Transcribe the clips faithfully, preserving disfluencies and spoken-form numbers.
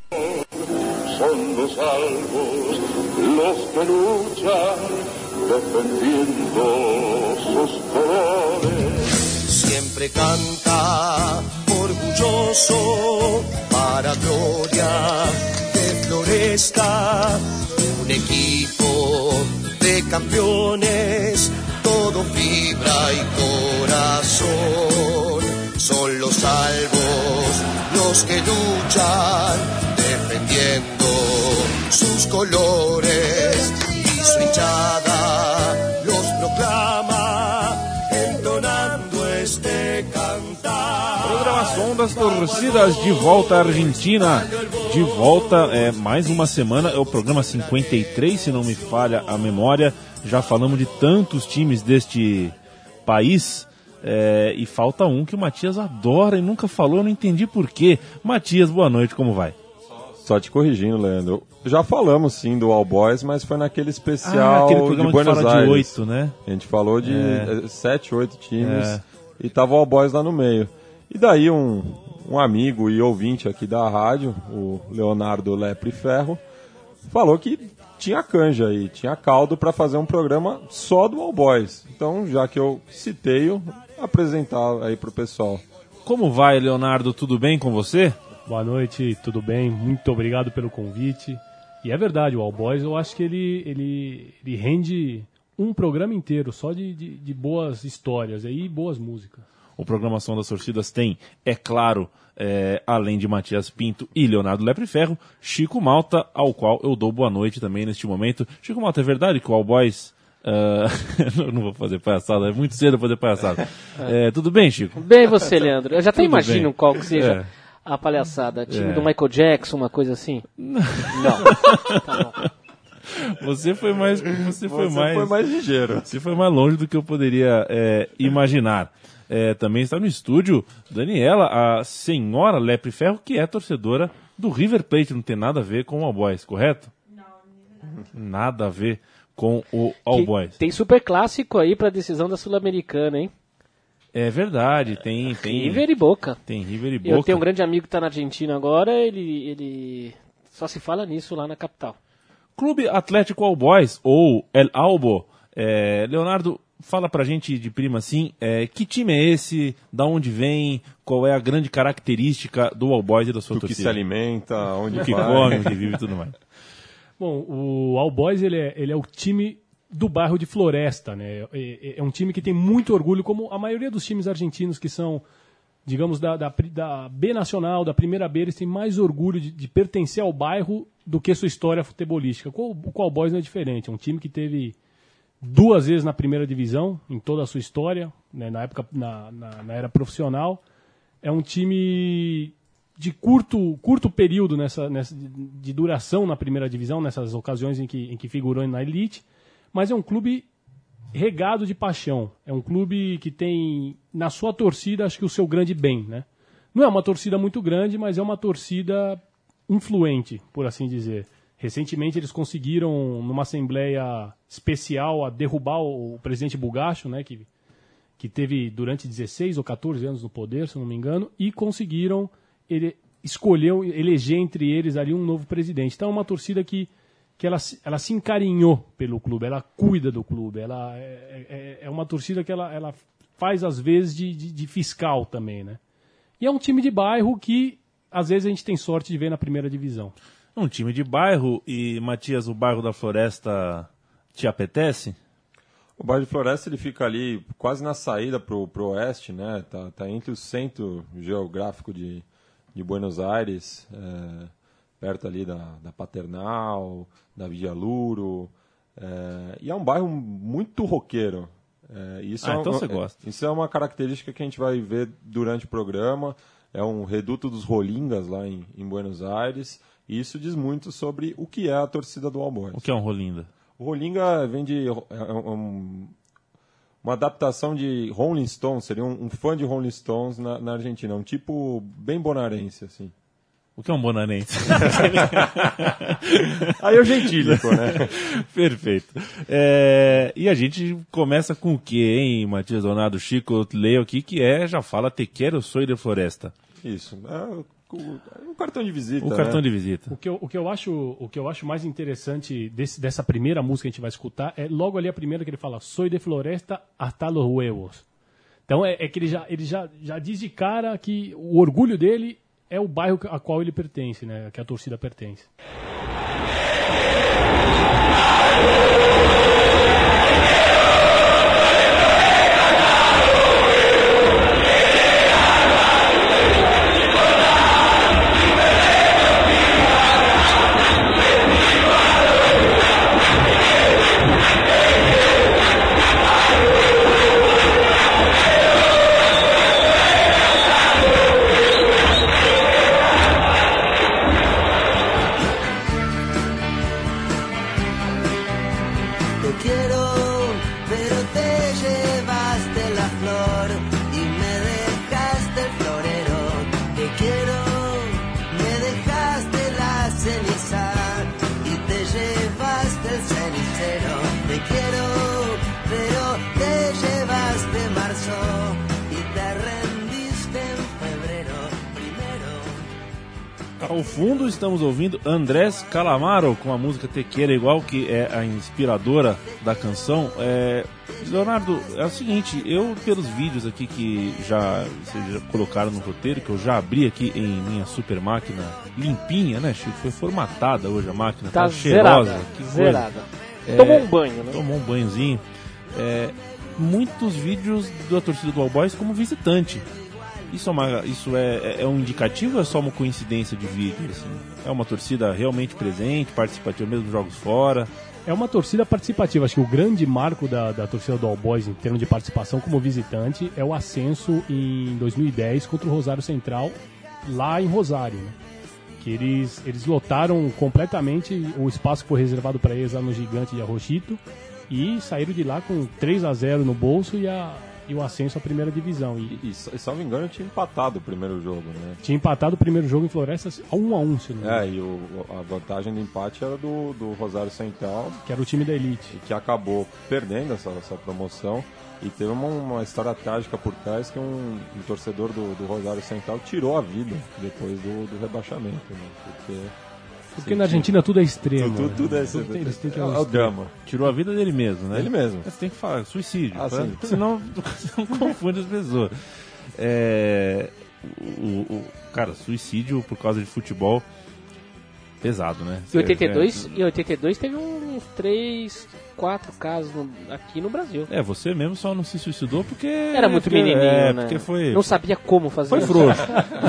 Son los salvos los que luchan defendiendo sus colores. Siempre canta orgulloso para gloria de Floresta, un equipo de campeones, todo fibra y corazón. Son los salvos los que luchan defendiendo sus colores, y su hinchada los proclama entonando este cantar. Programação das torcidas de volta à Argentina. De volta, é, mais uma semana, é o programa cinquenta e três, se não me falha a memória. Já falamos de tantos times deste país, é, e falta um que o Matias adora e nunca falou, eu não entendi por quê. Matias, boa noite, como vai? Só te corrigindo, Leandro. Já falamos sim do All Boys, mas foi naquele especial ah, aquele programa de Buenos que fala Aires. De oito, né? A gente falou de é. sete, oito times é. e tava o All Boys lá no meio. E daí um, um amigo e ouvinte aqui da rádio, o Leonardo Lepre Ferro, falou que tinha canja e tinha caldo para fazer um programa só do All Boys. Então, já que eu citei, apresentar aí pro pessoal. Como vai, Leonardo? Tudo bem com você? Boa noite, tudo bem? Muito obrigado pelo convite. E é verdade, o All Boys, eu acho que ele, ele, ele rende um programa inteiro só de, de, de boas histórias e boas músicas. O Programação das Torcidas tem, é claro, é, além de Matias Pinto e Leonardo Lepre Ferro, Chico Malta, ao qual eu dou boa noite também neste momento. Chico Malta, é verdade que o All Boys... Uh, não vou fazer palhaçada, é muito cedo fazer palhaçada. É, tudo bem, Chico? Bem você, Leandro. Eu já até Tudo imagino bem. Qual que seja É. a palhaçada. Time É. do Michael Jackson, uma coisa assim? Não. Tá bom. Você foi mais, você foi Você mais, foi mais ligeiro. Você foi mais longe do que eu poderia é, imaginar. É, também está no estúdio Daniela, a senhora Lepre Ferro, que é torcedora do River Plate. Não tem nada a ver com o All Boys, correto? Não, nada a ver com o All Que Boys. tem super clássico aí pra decisão da Sul-Americana, hein? É verdade, tem, tem River e Boca. Tem River e Boca. Eu tenho um grande amigo que tá na Argentina agora, ele, ele só se fala nisso lá na capital. Clube Atlético All Boys, ou El Albo. É, Leonardo, fala pra gente de prima assim, é, que time é esse, da onde vem, qual é a grande característica do All Boys e da sua Do que torcida? se alimenta, onde Do que vai. come, o que vive e tudo mais. Bom, o All Boys ele é, ele é o time do bairro de Floresta, né? É, é um time que tem muito orgulho, como a maioria dos times argentinos que são, digamos, da, da, da B Nacional, da Primeira B, eles têm mais orgulho de, de pertencer ao bairro do que sua história futebolística. O, o All Boys não é diferente, é um time que teve duas vezes na primeira divisão, em toda a sua história, né? Na época, na, na, na era profissional. É um time de curto, curto período nessa, nessa, de duração na primeira divisão, nessas ocasiões em que, em que figurou na elite, mas é um clube regado de paixão. É um clube que tem, na sua torcida, acho que o seu grande bem, né? Não é uma torcida muito grande, mas é uma torcida influente, por assim dizer. Recentemente eles conseguiram, numa assembleia especial, a derrubar o, o presidente Bugacho, né, que, que teve durante dezesseis ou quatorze anos no poder, se não me engano, e conseguiram... ele escolheu eleger entre eles ali um novo presidente. Então é uma torcida que, que ela, ela se encarinhou pelo clube, ela cuida do clube, ela é, é, é uma torcida que ela, ela faz às vezes de, de, de fiscal também, né? E é um time de bairro que às vezes a gente tem sorte de ver na primeira divisão. Um time de bairro, e Matias, o bairro da Floresta te apetece? O bairro de Floresta ele fica ali quase na saída pro, pro oeste, né? Tá, tá entre o centro geográfico de de Buenos Aires, é, perto ali da, da Paternal, da Villa Luro, é, e é um bairro muito roqueiro. É, isso ah, é, então é, você gosta. Isso é uma característica que a gente vai ver durante o programa, é um reduto dos Rolingas lá em, em Buenos Aires, e isso diz muito sobre o que é a torcida do All Boys. O que é um Rolinga? O Rolinga vem de... É, um, uma adaptação de Rolling Stones, seria um, um fã de Rolling Stones na, na Argentina, um tipo bem bonarense, assim. O que é um bonarense? Aí é o gentílico, né? Perfeito. É, e a gente começa com o quê, hein, Matias Donato? Chico, leio aqui que é, já fala Te Quero Soy de Floresta. Isso. É, um cartão de visita. O cartão né? de visita. O que eu, o que eu, acho, o que eu acho mais interessante desse, dessa primeira música que a gente vai escutar é logo ali a primeira que ele fala Soy de floresta hasta los huevos. Então é, é que ele, já, ele já, já diz de cara que o orgulho dele é o bairro a qual ele pertence, né? Que a torcida pertence. Ao fundo estamos ouvindo Andrés Calamaro com a música Tequeira, igual que é a inspiradora da canção. É... Leonardo, é o seguinte, eu pelos vídeos aqui que já, vocês já colocaram no roteiro, que eu já abri aqui em minha super máquina limpinha, né, Chico? Foi formatada hoje a máquina, tá, tá cheirosa. Zerada, que zerada. É... Tomou um banho, né? Tomou um banhozinho. É... Muitos vídeos da torcida do All Boys como visitante. Isso, é, uma, isso é, é um indicativo ou é só uma coincidência de vídeo? Assim? É uma torcida realmente presente, participativa, mesmo dos jogos fora? É uma torcida participativa. Acho que o grande marco da, da torcida do All Boys em termos de participação como visitante é o ascenso em dois mil e dez contra o Rosário Central, lá em Rosário. Né? Que eles, eles lotaram completamente o espaço que foi reservado para eles lá no Gigante de Arrochito e saíram de lá com três a zero no bolso e a... e o ascenso à primeira divisão. E, e, e se não me engano, tinha empatado o primeiro jogo, né? Tinha empatado o primeiro jogo em Florestas a um a um, se não me engano. É, e o, a vantagem do empate era do, do Rosário Central, que era o time da elite. Que acabou perdendo essa, essa promoção. E teve uma, uma história trágica por trás que um, um torcedor do, do Rosário Central tirou a vida depois do, do rebaixamento, né? Porque... Porque na Argentina tudo é extremo. Tudo, tudo é, tudo tem, eles têm que é, é o drama. Tirou a vida dele mesmo, né? Ele mesmo. Você tem que falar, suicídio. Ah, pra, sim. Senão você não confunde as pessoas. É, o, o, cara, suicídio por causa de futebol, pesado, né? Em oitenta e dois, é, em oitenta e dois teve uns três, quatro casos no, aqui no Brasil. É, você mesmo só não se suicidou porque... Era muito porque, menininho, é, né? Porque foi... Não sabia como fazer Foi isso. frouxo.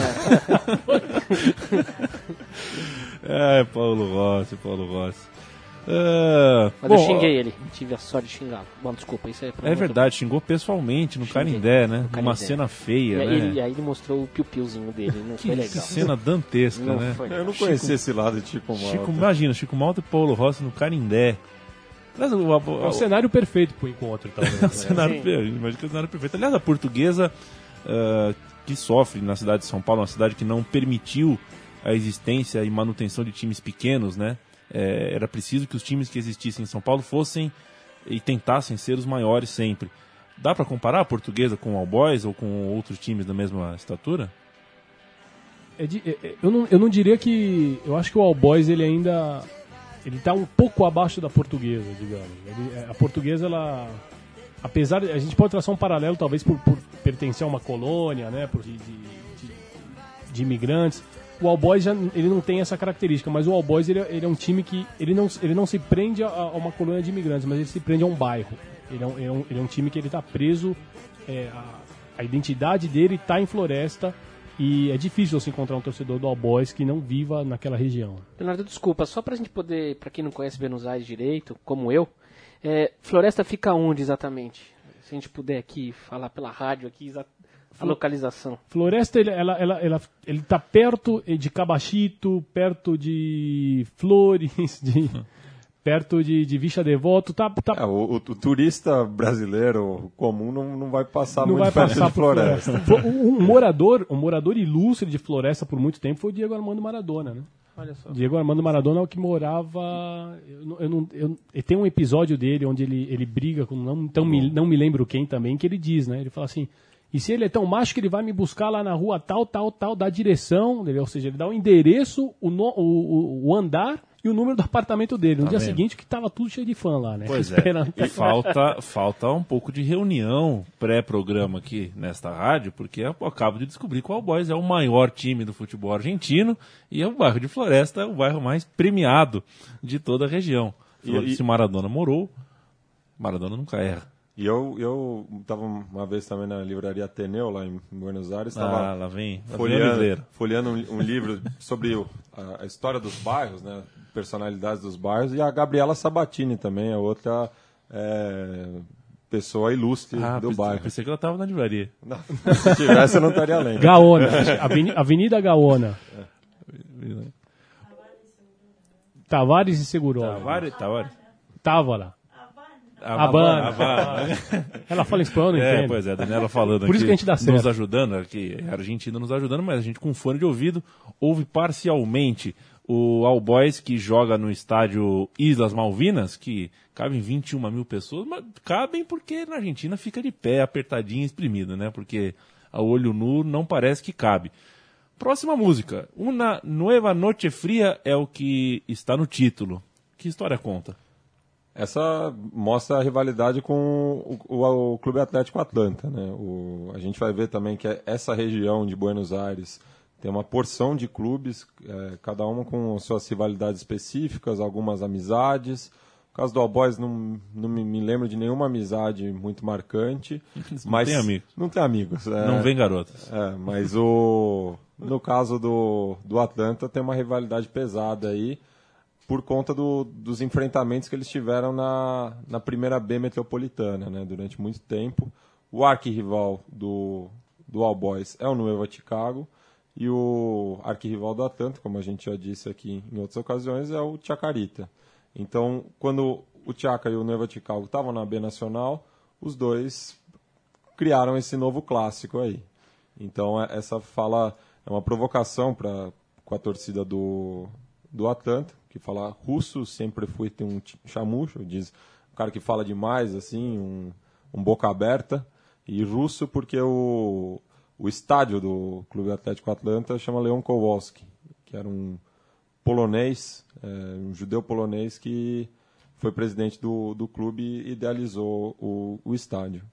É, Paulo Rossi, Paulo Rossi. Uh, Mas bom, eu xinguei ele, tive a sorte de xingá-lo. Bom, desculpa, isso é... É verdade, xingou pessoalmente no Xinguei, Canindé, né? no Canindé. Uma cena feia, e, né? ele, e aí ele mostrou o piu-piuzinho dele, não que, foi legal. que cena dantesca, não né? Foi. Eu não Chico, conhecia esse lado de Chico Malta. Chico, imagina, Chico Malta e Paulo Rossi no Canindé. Aliás, o, o, É o cenário perfeito pro encontro, talvez. o cenário, imagina que é o cenário perfeito. Aliás, a portuguesa uh, que sofre na cidade de São Paulo, uma cidade que não permitiu a existência e manutenção de times pequenos, né? É, era preciso que os times que existissem em São Paulo fossem e tentassem ser os maiores sempre. Dá para comparar a portuguesa com o All Boys ou com outros times da mesma estatura? É de, é, eu, não, eu não diria que... Eu acho que o All Boys ele ainda... Ele está um pouco abaixo da portuguesa, digamos. Ele, a portuguesa, ela... Apesar de... A gente pode traçar um paralelo, talvez, por, por pertencer a uma colônia, né? Por, de, de, de, de imigrantes. O All Boys já, ele não tem essa característica, mas o All Boys ele, ele é um time que ele não, ele não se prende a, a uma colônia de imigrantes, mas ele se prende a um bairro. Ele é um, ele é um, ele é um time que ele está preso, é, a, a identidade dele está em Floresta e é difícil você encontrar um torcedor do All Boys que não viva naquela região. Leonardo, desculpa, só pra gente poder, pra quem não conhece Buenos Aires direito, como eu, é, Floresta fica onde exatamente? Se a gente puder aqui falar pela rádio aqui, exatamente. A localização. Floresta, ele, ela, ela, ela, ele tá perto de Cabachito, perto de Flores, de, perto de, de Vicha Devoto. Tá, tá... É, o, o, o turista brasileiro comum não, não vai passar não muito vai perto passar de Floresta. Floresta. Um, um, morador, um morador ilustre de Floresta por muito tempo foi o Diego Armando Maradona, né? Olha só. Diego Armando Maradona é o que morava... Eu, não, eu, não, eu, eu, tem um episódio dele onde ele, ele briga com... Não, então me, não me lembro quem também, que ele diz, né? Ele fala assim... E se ele é tão macho que ele vai me buscar lá na rua tal, tal, tal, da direção, ou seja, ele dá o endereço, o, no, o, o andar e o número do apartamento dele. No Tá dia vendo? seguinte que tava tudo cheio de fã lá, né? Pois é. Esperando. E falta, falta um pouco de reunião pré-programa aqui nesta rádio, porque eu acabo de descobrir que o All Boys é o maior time do futebol argentino e é o bairro de Floresta, é o bairro mais premiado de toda a região. E- E, e- se Maradona morou, Maradona nunca erra. E eu, eu tava uma vez também na livraria Ateneu, lá em Buenos Aires, Ah, tava lá vem. Lá vem a folheando, livreira. folheando um, um livro sobre o- a, a história dos bairros, né, personalidades dos bairros, e a Gabriela Sabatini também, é outra é, pessoa ilustre Ah, do pensei, bairro. pensei que ela estava na livraria. Não, se tivesse, eu não estaria lendo. Gaona, Aveni- Avenida Gaona. Tavares e Segurola. Tavares, Tavares. Tava lá. Havana. Havana. Havana. Ela fala espanhol, não É, entende? pois é, a Daniela falando Por isso aqui, que a gente dá certo. nos ajudando, aqui, a Argentina nos ajudando, mas a gente com fone de ouvido ouve parcialmente o All Boys, que joga no estádio Islas Malvinas, que cabem vinte e uma mil pessoas, mas cabem porque na Argentina fica de pé, apertadinho, espremido, né? Porque a olho nu não parece que cabe. Próxima música, Una Nueva Noche Fria é o que está no título. Que história conta? Essa mostra a rivalidade com o, o- o Clube Atlético Atlanta, né? O- a gente vai ver também que essa região de Buenos Aires tem uma porção de clubes, é, cada uma com suas rivalidades específicas, algumas amizades. No caso do All Boys, não, não me, me lembro de nenhuma amizade muito marcante. Não mas tem amigos. Não tem amigos. é. Não vem garotas. É, mas o, no caso do, do Atlanta tem uma rivalidade pesada aí por conta do, dos enfrentamentos que eles tiveram na, na primeira B metropolitana, né, durante muito tempo. O arquirrival do, do All Boys é o Nueva Chicago e o arquirrival do Atlanta, como a gente já disse aqui em outras ocasiões, é o Chacarita. Então, quando o Chaca e o Nueva Chicago estavam na B Nacional, os dois criaram esse novo clássico aí. Então, é- essa fala é uma provocação para com a torcida do, do Atlanta, que fala russo, sempre fui ter um ch- chamucho, diz um cara que fala demais, assim, um, um boca aberta, e russo porque o, o estádio do Clube Atlético Atlanta chama Leon Kowalski, que era um polonês, é, um judeu polonês que foi presidente do, do clube e idealizou o, o estádio.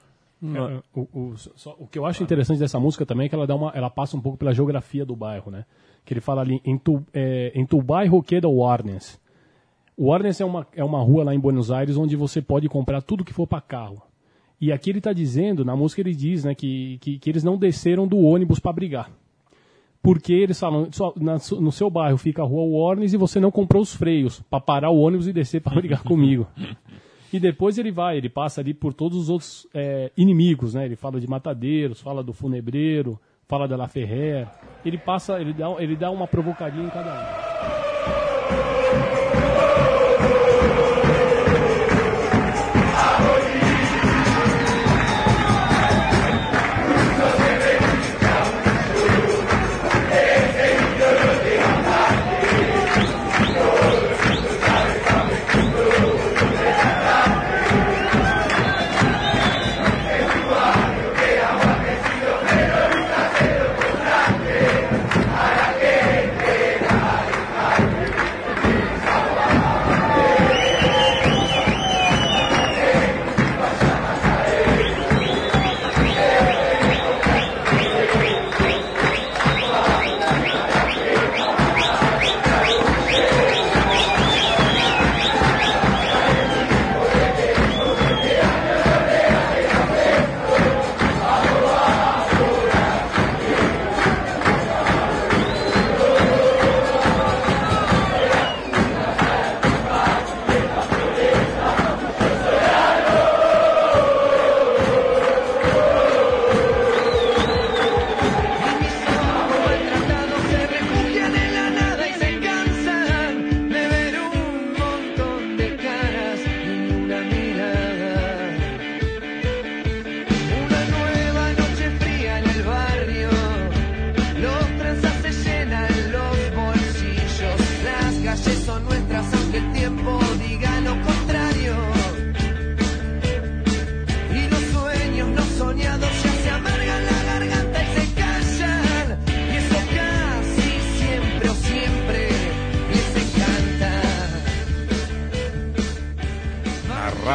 É, o, o- só- o que eu acho interessante dessa música também é que ela, dá uma, ela passa um pouco pela geografia do bairro, né? Que ele fala ali, em tu, é, em tu bairro queda Warnes. O Warnes é uma, é uma rua lá em Buenos Aires onde você pode comprar tudo que for para carro. E aqui ele está dizendo, na música ele diz, né, que, que, que eles não desceram do ônibus para brigar. Porque eles falam, só, na, no seu bairro fica a rua Warnes e você não comprou os freios para parar o ônibus e descer para brigar comigo. E depois ele vai, ele passa ali por todos os outros é, inimigos, né? Ele fala de matadeiros, fala do funebreiro, fala da La Ferrer. Ele passa, ele dá, ele dá uma provocadinha em cada um.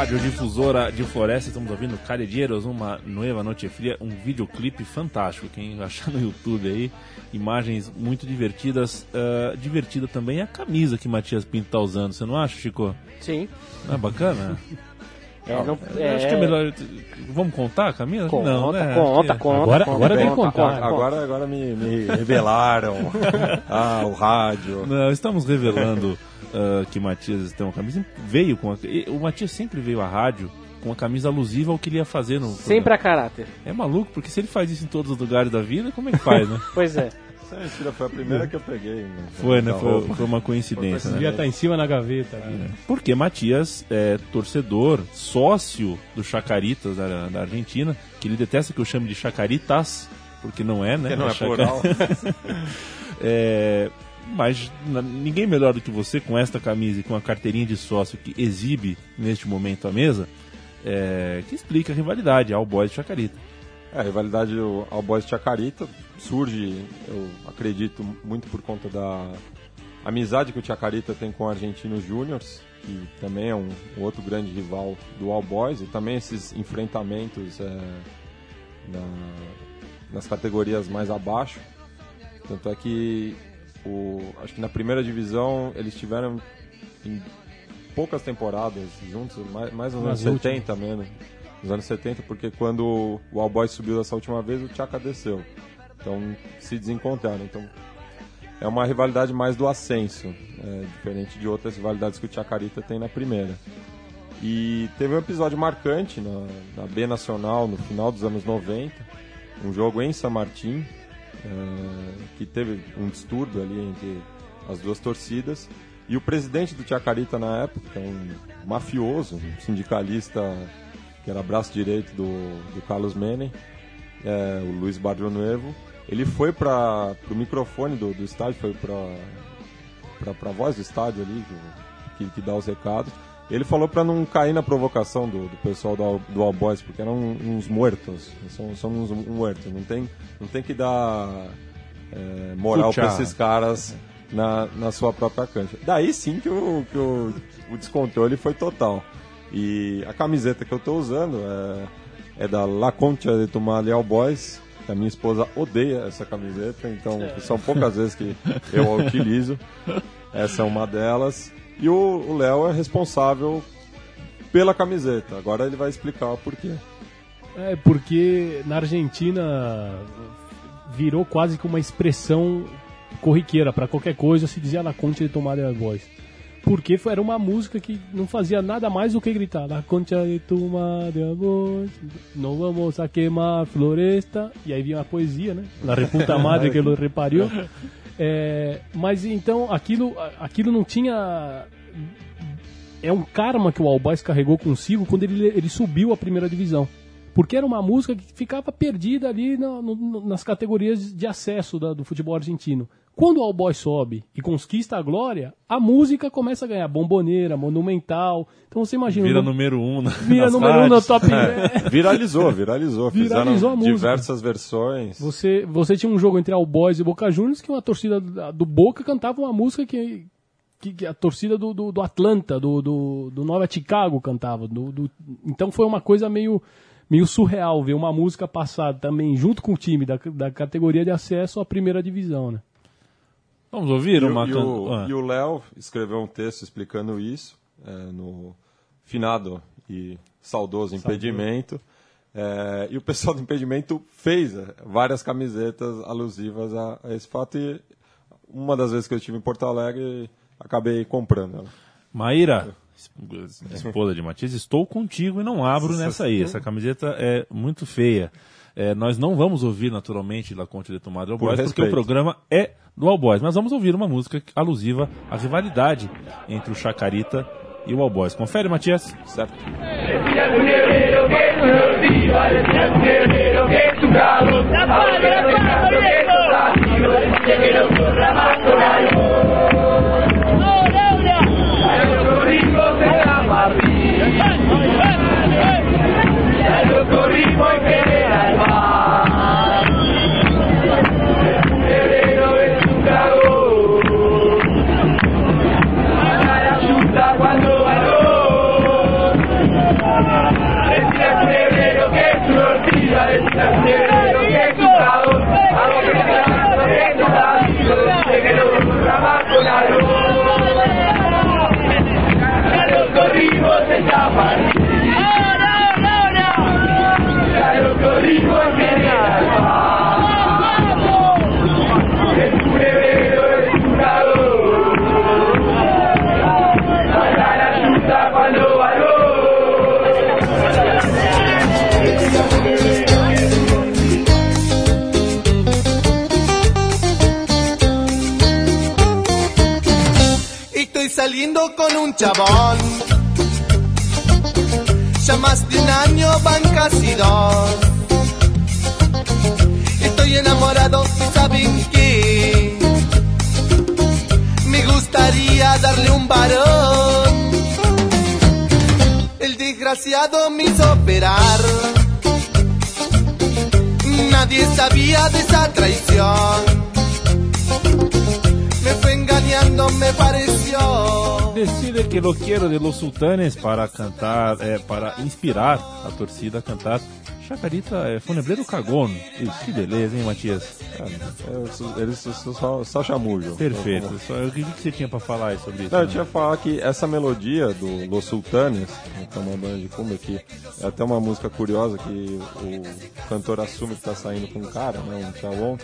radiodifusora de Floresta. Estamos ouvindo Caballeros, uma Nueva Noche Fria, um videoclipe fantástico. Quem achar no YouTube aí, imagens muito divertidas. Uh, divertida também é a camisa que Matias Pinto está usando, você não acha, Chico? Sim. Não é bacana? É, não, é... Acho que é melhor. Vamos contar a camisa? Conta, não, né? conta, conta. Agora, conta, agora conta, vem contar. conta, Agora, agora me, me revelaram ah, o rádio. Não, estamos revelando uh, que Matias tem uma camisa. Veio com a, o Matias sempre veio à rádio com uma camisa alusiva ao que ele ia fazer no. Sempre a caráter. É maluco, porque se ele faz isso em todos os lugares da vida, como é que faz, né? Pois é. Essa mentira foi a primeira que eu peguei. Né? Foi, né? Foi, foi uma coincidência. Devia Né? estar em cima na gaveta. Né? Porque Matias é torcedor, sócio do Chacaritas da, da Argentina, que ele detesta que eu chame de Chacaritas, porque não é, né? Porque não é, é plural. é, mas na, ninguém melhor do que você com esta camisa e com a carteirinha de sócio que exibe neste momento a mesa, é, que explica a rivalidade All Boys e Chacarita. É, a rivalidade do All Boys e Chacarita surge, eu acredito, muito por conta da amizade que o Chacarita tem com o Argentinos Júniors, que também é um, um outro grande rival do All Boys, e também esses enfrentamentos é, na, nas categorias mais abaixo. Tanto é que o, acho que na primeira divisão eles tiveram em poucas temporadas juntos, mais, mais nos anos setenta mesmo. Nos anos setenta, porque quando o All Boys subiu dessa última vez, o Chaca desceu. Então se desencontraram. Então é uma rivalidade mais do ascenso, é, diferente de outras rivalidades que o Chacarita tem na primeira. E teve um episódio marcante na, na B Nacional, no final dos anos noventa, um jogo em San Martín, é, que teve um distúrbio ali entre as duas torcidas. E o presidente do Chacarita na época, um mafioso, um sindicalista que era braço direito do, do Carlos Menem, é, o Luiz Barrio Nuevo, ele foi para o microfone do, do estádio, foi para a voz do estádio ali, que, que dá os recados. Ele falou para não cair na provocação do, do pessoal do, do All Boys, porque eram uns muertos, são, são uns muertos, não tem, não tem que dar é, moral para esses caras na, na sua própria cancha. Daí sim que o, que o, o descontrole foi total. E a camiseta que eu estou usando é, é da La Concha de Tomale All Boys, que a minha esposa odeia essa camiseta, então são poucas vezes que eu a utilizo. Essa é uma delas. E o Léo é responsável pela camiseta. Agora ele vai explicar o porquê. É porque na Argentina virou quase que uma expressão corriqueira. Para qualquer coisa se dizia La Concha de Tomale All Boys. Porque era uma música que não fazia nada mais do que gritar La Concha de tu madre, não vamos a queimar floresta. E aí vinha a poesia, né? La reputa madre que lo repariu. É, mas então aquilo, aquilo não tinha... É um karma que o All Boys carregou consigo quando ele, ele subiu a primeira divisão. Porque era uma música que ficava perdida ali no, no, nas categorias de acesso da, do futebol argentino. Quando o All Boys sobe e conquista a glória, a música começa a ganhar bomboneira, monumental. Então você imagina... Vira número um na, Vira número rádios. um no top... É. Viralizou, viralizou. Viralizou a música. Diversas versões. Você, você tinha um jogo entre All Boys e Boca Juniors que uma torcida do Boca cantava uma música que... que, que a torcida do, do, do Atlanta, do, do, do Nova Chicago cantava. Do, do, então foi uma coisa meio... meio surreal ver uma música passada também junto com o time da, da categoria de acesso à primeira divisão, né? Vamos ouvir e uma... E o, ah. e o Léo escreveu um texto explicando isso é, no finado e saudoso Impedimento. É, e o pessoal do Impedimento fez é, várias camisetas alusivas a, a esse fato. E uma das vezes que eu estive em Porto Alegre, acabei comprando ela. Maíra, esposa de Matias, estou contigo e não abro nessa aí. Essa camiseta é muito feia. É, nós não vamos ouvir, naturalmente, La Concha de Tomale All Boys, porque o programa é do All Boys. Mas vamos ouvir uma música alusiva à rivalidade entre o Chacarita e o All Boys. Confere, Matias? Certo. Cuando Estoy saliendo con un chabón. Ya más de un año van casi dos. Estoy enamorado y ¿saben qué? Me gustaría darle un varón. El desgraciado me hizo operar. Nadie sabía de esa traición. Me fue engañando, me pareció. Decide que lo quiero de Los Sultanes para cantar, é, para inspirar a torcida a cantar Chacarita é, Funebreiro Cagón. Que beleza, hein, Matias? Eles são só, só chamujo. Perfeito. Só, o que, que você tinha para falar aí sobre isso? Não, né? eu tinha que falar que essa melodia do Los Sultanes, que é uma banda de cumbia aqui, é até uma música curiosa que o cantor assume que está saindo com um cara, né, um chavão,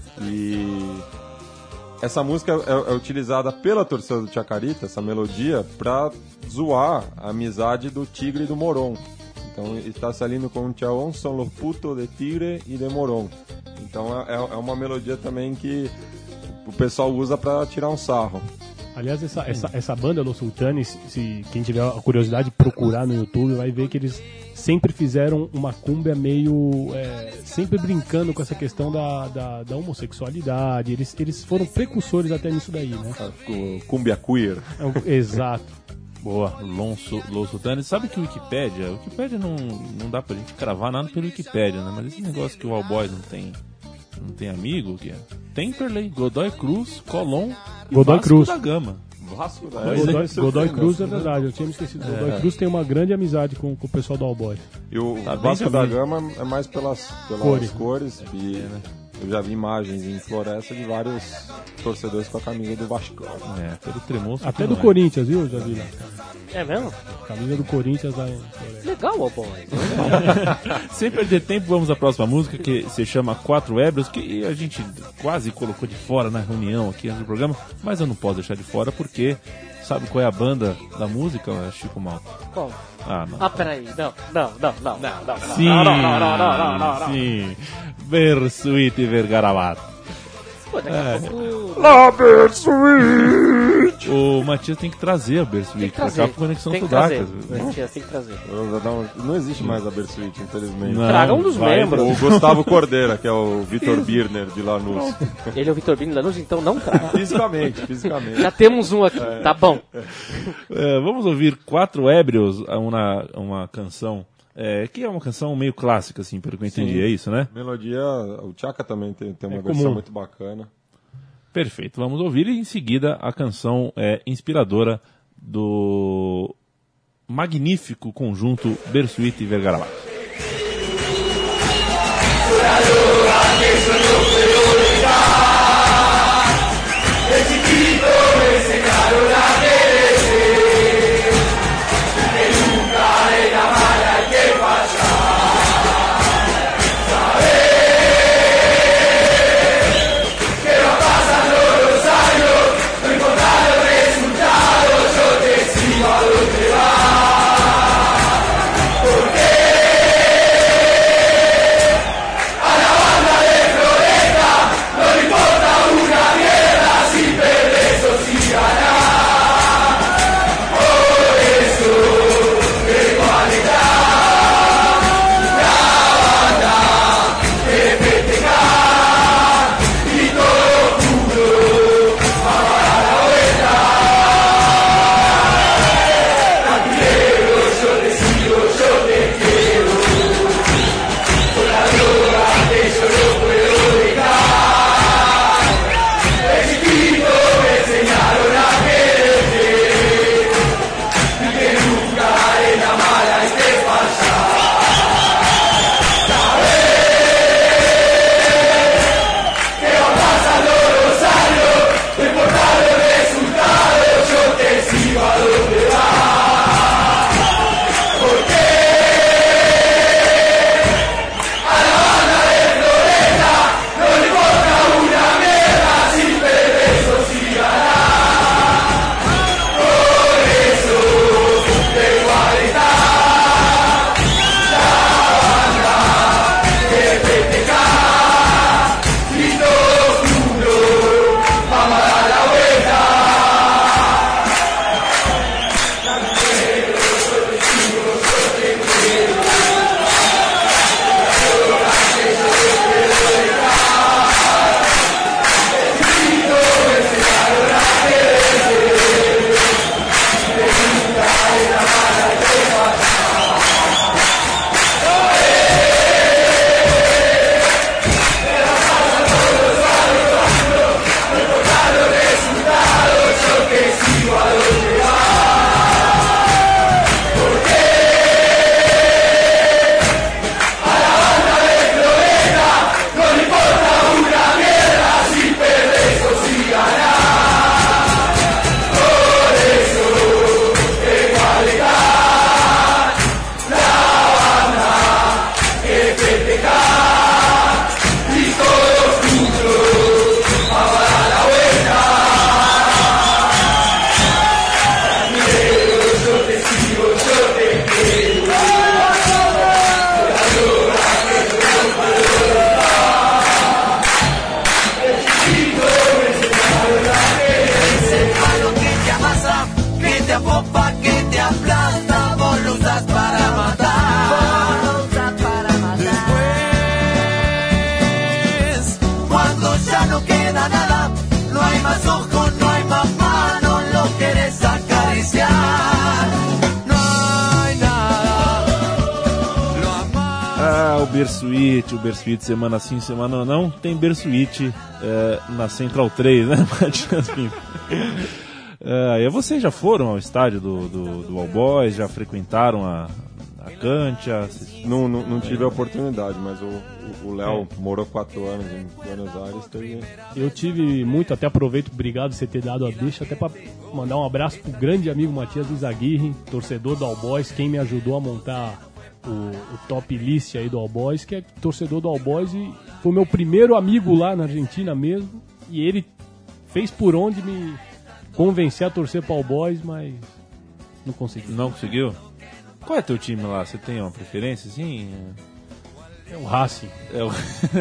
e essa música é, é utilizada pela torcida do Chacarita, essa melodia, para zoar a amizade do Tigre e do Moron. Então, está saindo com um chavão, são los putos de Tigre e de Moron. Então, é, é uma melodia também que o pessoal usa para tirar um sarro. Aliás, essa, essa, essa banda Los Sultanes, se quem tiver a curiosidade de procurar no YouTube, vai ver que eles sempre fizeram uma cúmbia meio... É, sempre brincando com essa questão da, da, da homossexualidade. Eles, eles foram precursores até nisso daí, né? Cúmbia queer. É um, exato. Boa, Lonso, Los Sultanes. Sabe que o Wikipédia, o Wikipédia não, não dá pra gente cravar nada pelo Wikipédia, né? Mas esse negócio que o All Boys não tem, não tem amigo, que é Temperley, Godoy Cruz, Colón e Godoy Vasco Cruz. da Gama. Vasco da Godoy, Gama. Godoy Cruz é verdade, eu tinha me esquecido. É. Godoy Cruz tem uma grande amizade com, com o pessoal do All Boys. E o Tá bem Vasco da também. Gama é mais pelas, pelas Cores. cores. E eu já vi imagens em Floresta de vários torcedores com a camisa do Vasco. É, pelo tremoço. Até que do não é. Corinthians, viu, já vi lá. É mesmo? Camisa do Corinthians lá em Floresta. Legal, ó, boy. Sem perder tempo, vamos à próxima música que se chama Quatro Ébrios, que a gente quase colocou de fora na reunião aqui no programa, mas eu não posso deixar de fora porque sabe qual é a banda da música, Chico Malta? Qual? Ah, não. Ah, peraí. Não, não, não, não, não, não. Sim, não, não, não, não, não, não, não, não. sim. Bersuit e Vergarabat. Pô, daqui a pouco... La Bersuit! O Matias tem que trazer a Bersuit Tem que pra cá trazer. pro Conexão Tem que trazer. Sudaca. Matias, tem que trazer. Não existe mais a Bersuit, infelizmente. Não, Traga um dos vai- membros. O Gustavo Cordeira, que é o Vitor Birner de Lanús. Ele é o Vitor Bini Lanús, então não traga. Fisicamente, fisicamente. Já temos um aqui, tá bom. É, vamos ouvir Quatro Ébrios, uma, uma canção é, que é uma canção meio clássica, assim, pelo que eu entendi. Sim. É isso, né? Melodia, o Tchaka também tem, tem uma É versão comum. muito bacana. Perfeito, vamos ouvir e em seguida a canção é, inspiradora do magnífico conjunto Bersuit e Vergarabat. Porque Bersuit, o Bersuit semana sim, semana não, tem Bersuit é, na Central três, né, Matias Pinto? É, e vocês já foram ao estádio do, do, do All Boys, já frequentaram a, a Cancha? Não, não, não tive a oportunidade, mas o Léo é. morou quatro anos em Buenos Aires. Teve... Eu tive muito, até aproveito, obrigado por você ter dado a deixa, até para mandar um abraço pro grande amigo Matias Izaguirre, torcedor do All Boys, quem me ajudou a montar o, o top list aí do All Boys, que é torcedor do All Boys e foi meu primeiro amigo lá na Argentina mesmo, e ele fez por onde me convencer a torcer para o All Boys, mas não consegui. Não conseguiu? Qual é teu time lá? Você tem uma preferência, assim? É o Racing. É o...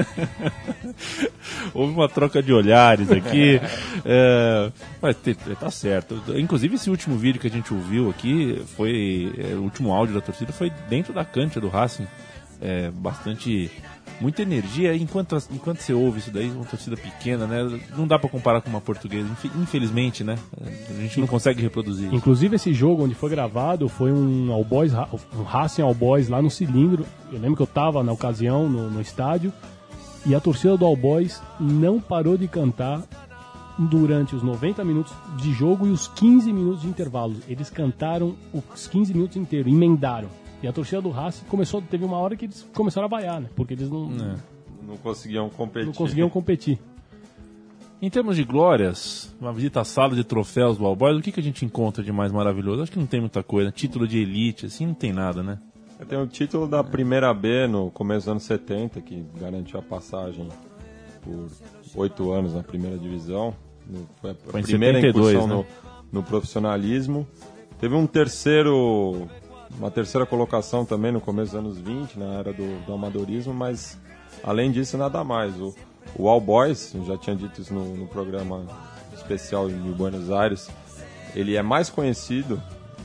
Houve uma troca de olhares aqui. é... Mas tá certo. Inclusive, esse último vídeo que a gente ouviu aqui, foi é, o último áudio da torcida, foi dentro da cancha do Racing. É, bastante... Muita energia, enquanto, enquanto você ouve isso daí, uma torcida pequena, né? Não dá pra comparar com uma portuguesa, infelizmente, né? A gente não consegue reproduzir isso. Inclusive esse jogo onde foi gravado foi um All Boys, um Racing All Boys lá no Cilindro. Eu lembro que eu tava na ocasião no, no estádio e a torcida do All Boys não parou de cantar durante os noventa minutos de jogo e os quinze minutos de intervalo. Eles cantaram os quinze minutos inteiros, emendaram. E a torcida do Racing começou, teve uma hora que eles começaram a vaiar, né? Porque eles não, é. não conseguiam competir. Não conseguiam competir. Em termos de glórias, uma visita à sala de troféus do All Boys, o que, que a gente encontra de mais maravilhoso? Acho que não tem muita coisa. Título de elite, assim, não tem nada, né? Tem o título da primeira B no começo dos anos setenta, que garantiu a passagem por oito anos na primeira divisão. Foi a Foi primeira setenta e dois, incursão né? no, no profissionalismo. Teve um terceiro... Uma terceira colocação também no começo dos anos vinte, na era do, do amadorismo, mas além disso nada mais. O, o All Boys, eu já tinha dito isso no, no programa especial em Buenos Aires, ele é mais conhecido,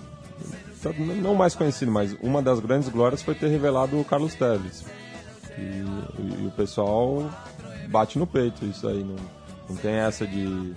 não mais conhecido, mas uma das grandes glórias foi ter revelado o Carlos Tevez. E, e, e o pessoal bate no peito isso aí, não, não tem essa de...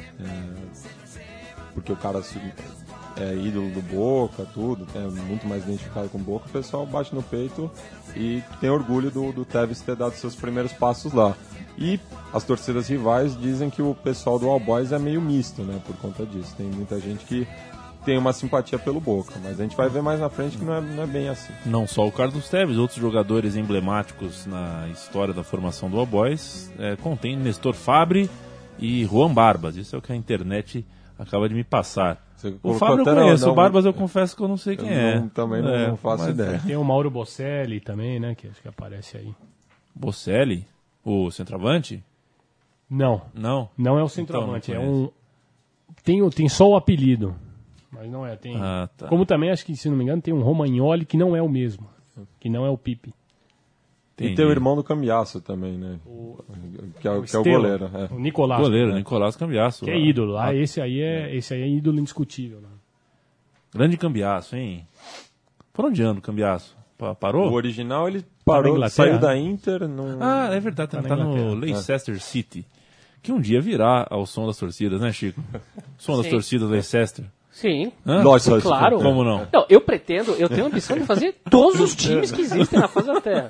É, porque o cara... é ídolo do Boca, tudo, é muito mais identificado com o Boca, o pessoal bate no peito e tem orgulho do, do Tevez ter dado seus primeiros passos lá. E as torcidas rivais dizem que o pessoal do All Boys é meio misto, né, por conta disso. Tem muita gente que tem uma simpatia pelo Boca, mas a gente vai ver mais na frente que não é, não é bem assim. Não só o Carlos Tevez, outros jogadores emblemáticos na história da formação do All Boys, é, contém Nestor Fabri e Juan Barbas. Isso é o que a internet acaba de me passar. Você o Fábio eu conheço, não, o Barbas eu confesso que eu não sei quem eu é. Não, também não, é, não faço mas... ideia. Tem o Mauro Bocelli também, né, que acho que aparece aí. Bocelli? O centroavante? Não. Não? Não é o centroavante, então, é um... Tem, tem só o apelido, mas não é. Tem... Ah, tá. Como também, acho que, se não me engano, tem um Romagnoli que não é o mesmo, que não é o Pipe. E tem o irmão do Cambiasso também, né? O... Que, é, o que é o goleiro. É. O Nicolás. Goleiro, né? Nicolás Cambiasso. Que é ídolo. Ah, esse aí é, esse aí é ídolo indiscutível. Né? Grande Cambiasso, hein? Por onde anda o Cambiasso? Parou? O original ele parou, tá saiu da Inter. No... Ah, é verdade, tá, tá no Leicester City. Que um dia virá ao som das torcidas, né, Chico? Som Sim. das torcidas Leicester. Sim. Hã? Nossa, claro. Como não? Não, eu pretendo, eu tenho a ambição de fazer todos os times que existem na face da Terra.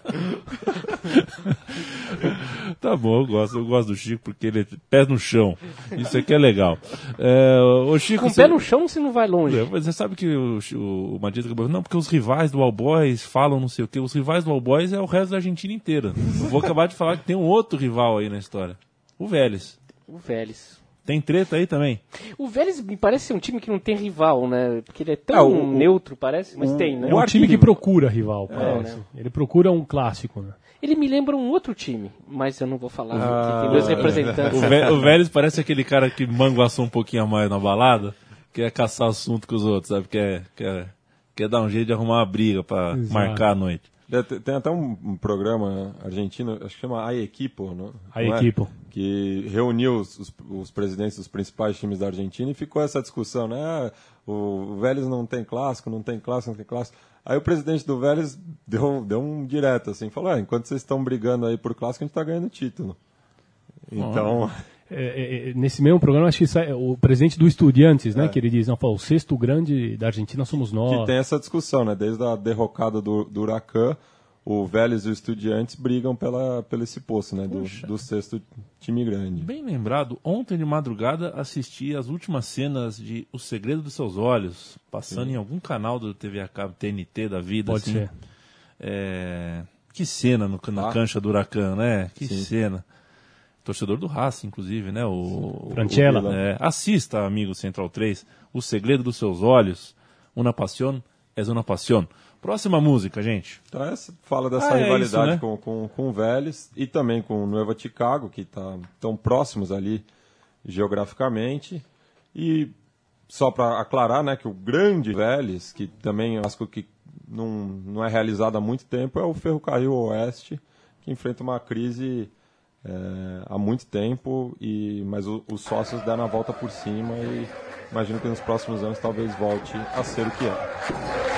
Tá bom, eu gosto, eu gosto do Chico porque ele é pés no chão. Isso aqui é legal. É, o Chico, Com o você... pé no chão você não vai longe. É, mas você sabe que o, o, o Matias acabou... Não, porque os rivais do All Boys falam não sei o quê. Os rivais do All Boys é o resto da Argentina inteira. Eu vou acabar de falar que tem um outro rival aí na história. O Vélez. O Vélez. Tem treta aí também? O Vélez me parece ser um time que não tem rival, né? Porque ele é tão É, o- neutro, parece, mas o- tem, né? É um time que procura rival, parece. né? Ele procura um clássico, né? Ele me lembra um outro time, mas eu não vou falar, Ah, porque tem dois representantes. O, Vé- o Vélez parece aquele cara que manga o assunto um pouquinho a mais na balada, quer caçar assunto com os outros, sabe? Quer, quer, quer dar um jeito de arrumar uma briga pra Exato. marcar a noite. É, Tem tem até um, um programa argentino, acho que chama A Equipo, não? A não é? Equipo. Que reuniu os, os, os presidentes dos principais times da Argentina e ficou essa discussão, né? Ah, o Vélez não tem clássico, não tem clássico, não tem clássico. Aí o presidente do Vélez deu, deu um direto, assim, falou, ah, enquanto vocês estão brigando aí por clássico, a gente tá ganhando título. Então... É, é, é, nesse mesmo programa, acho que sai, o presidente do Estudiantes, né, que ele diz, não, falou, o sexto grande da Argentina somos nós. Que tem essa discussão, né? Desde a derrocada do, do Huracan, o Vélez e o Estudiantes brigam pela, pelo esse posto, né? Do, do sexto time grande. Bem lembrado, ontem de madrugada assisti as últimas cenas de O Segredo dos Seus Olhos, passando Sim. em algum canal do T V a cabo, T N T da vida. Pode assim. ser. É... Que cena no, na ah. cancha do Huracan, né? Que Sim. cena. Torcedor do Racing, inclusive, né? O, Franchella. o, é, assista, amigo Central três, O Segredo dos Seus Olhos, Una Pasión es una Pasión. Próxima música, gente. Então essa fala dessa ah, rivalidade é isso, né? com, com, com o Vélez e também com o Nueva Chicago, que estão tá, próximos ali geograficamente. E só para aclarar, né, que o grande Vélez, que também acho que não, não é realizado há muito tempo, é o Ferrocarril Oeste, que enfrenta uma crise é, há muito tempo, e, mas o, os sócios deram a volta por cima e imagino que nos próximos anos talvez volte a ser o que é.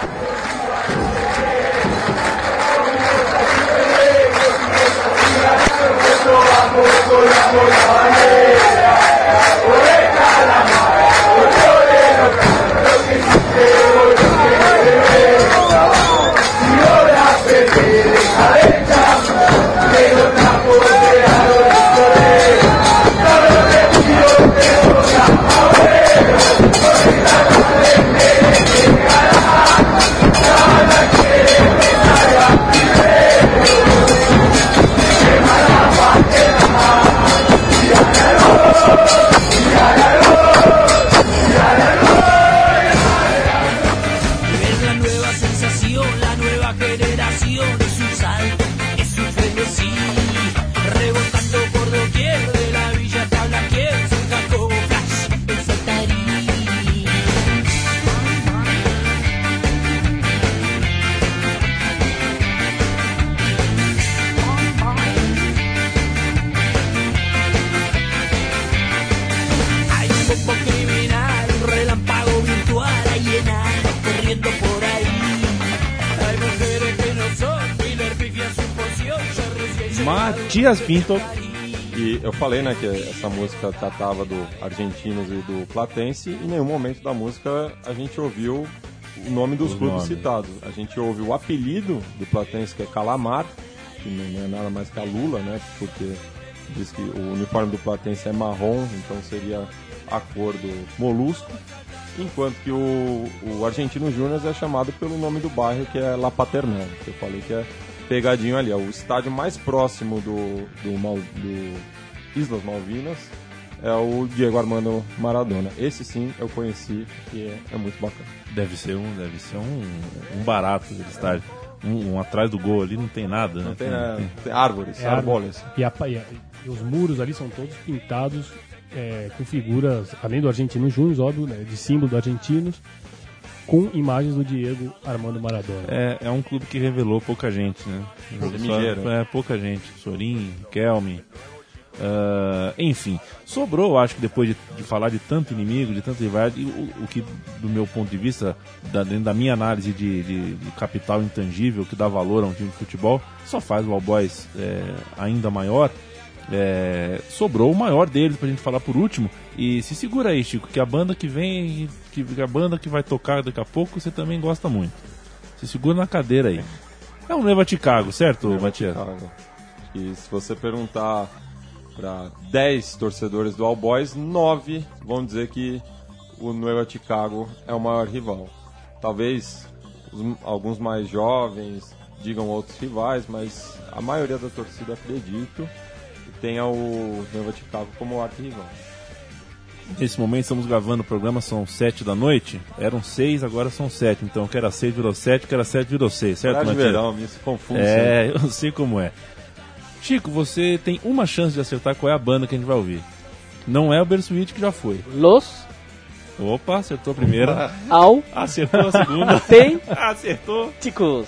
Matias Pinto. E eu falei, né, que essa música tratava do Argentinos e do Platense, e em nenhum momento da música a gente ouviu o nome dos Os clubes nomes. citados. A gente ouve o apelido do Platense, que é Calamar, que não é nada mais que a Lula, né, porque diz que o uniforme do Platense é marrom, então seria a cor do molusco, enquanto que o, o Argentino Júnior é chamado pelo nome do bairro, que é La Paternal, que eu falei que é pegadinho ali. É o estádio mais próximo do, do, Mal, do Islas Malvinas, é o Diego Armando Maradona. Esse sim eu conheci e é, é muito bacana. Deve ser um, deve ser um, um barato aquele estádio. Um, um atrás do gol ali não tem nada, não né? Tem, é, tem... tem árvores, é árvores. E, a, e, a, e os muros ali são todos pintados é, com figuras, além do Argentino Júnior, óbvio, né, de símbolo do Argentinos, com imagens do Diego Armando Maradona. É, é um clube que revelou pouca gente, né? Só, é, pouca gente. Sorin, Kelme. Uh, enfim, sobrou, acho que depois de, de falar de tanto inimigo, de tanta rivalidade, o, o que, do meu ponto de vista, da, dentro da minha análise de, de, de capital intangível, que dá valor a um time de futebol, só faz o All Boys é, ainda maior. É, sobrou o maior deles pra gente falar por último. E se segura aí, Chico, que a banda que vem, que a banda que vai tocar daqui a pouco, você também gosta muito. Se segura na cadeira aí. É um Nueva Chicago, certo, Nueva Matias? Chicago. E se você perguntar para dez torcedores do All Boys, nove vão dizer que o Nueva Chicago é o maior rival. Talvez os, alguns mais jovens digam outros rivais, mas a maioria da torcida, acredito, tenha o Nueva Chicago como arqui-rival. Nesse momento estamos gravando o programa, são sete da noite. Eram seis, agora são sete. Então, que era seis virou sete, que era sete virou seis, certo, Matias? Matias? Verão, me se confunde. É, sempre. Eu sei como é. Chico, você tem uma chance de acertar qual é a banda que a gente vai ouvir. Não é o Bersuit, que já foi. Los. Opa, acertou a primeira. Ao. Acertou a segunda. Tem. Acertou. Ticos.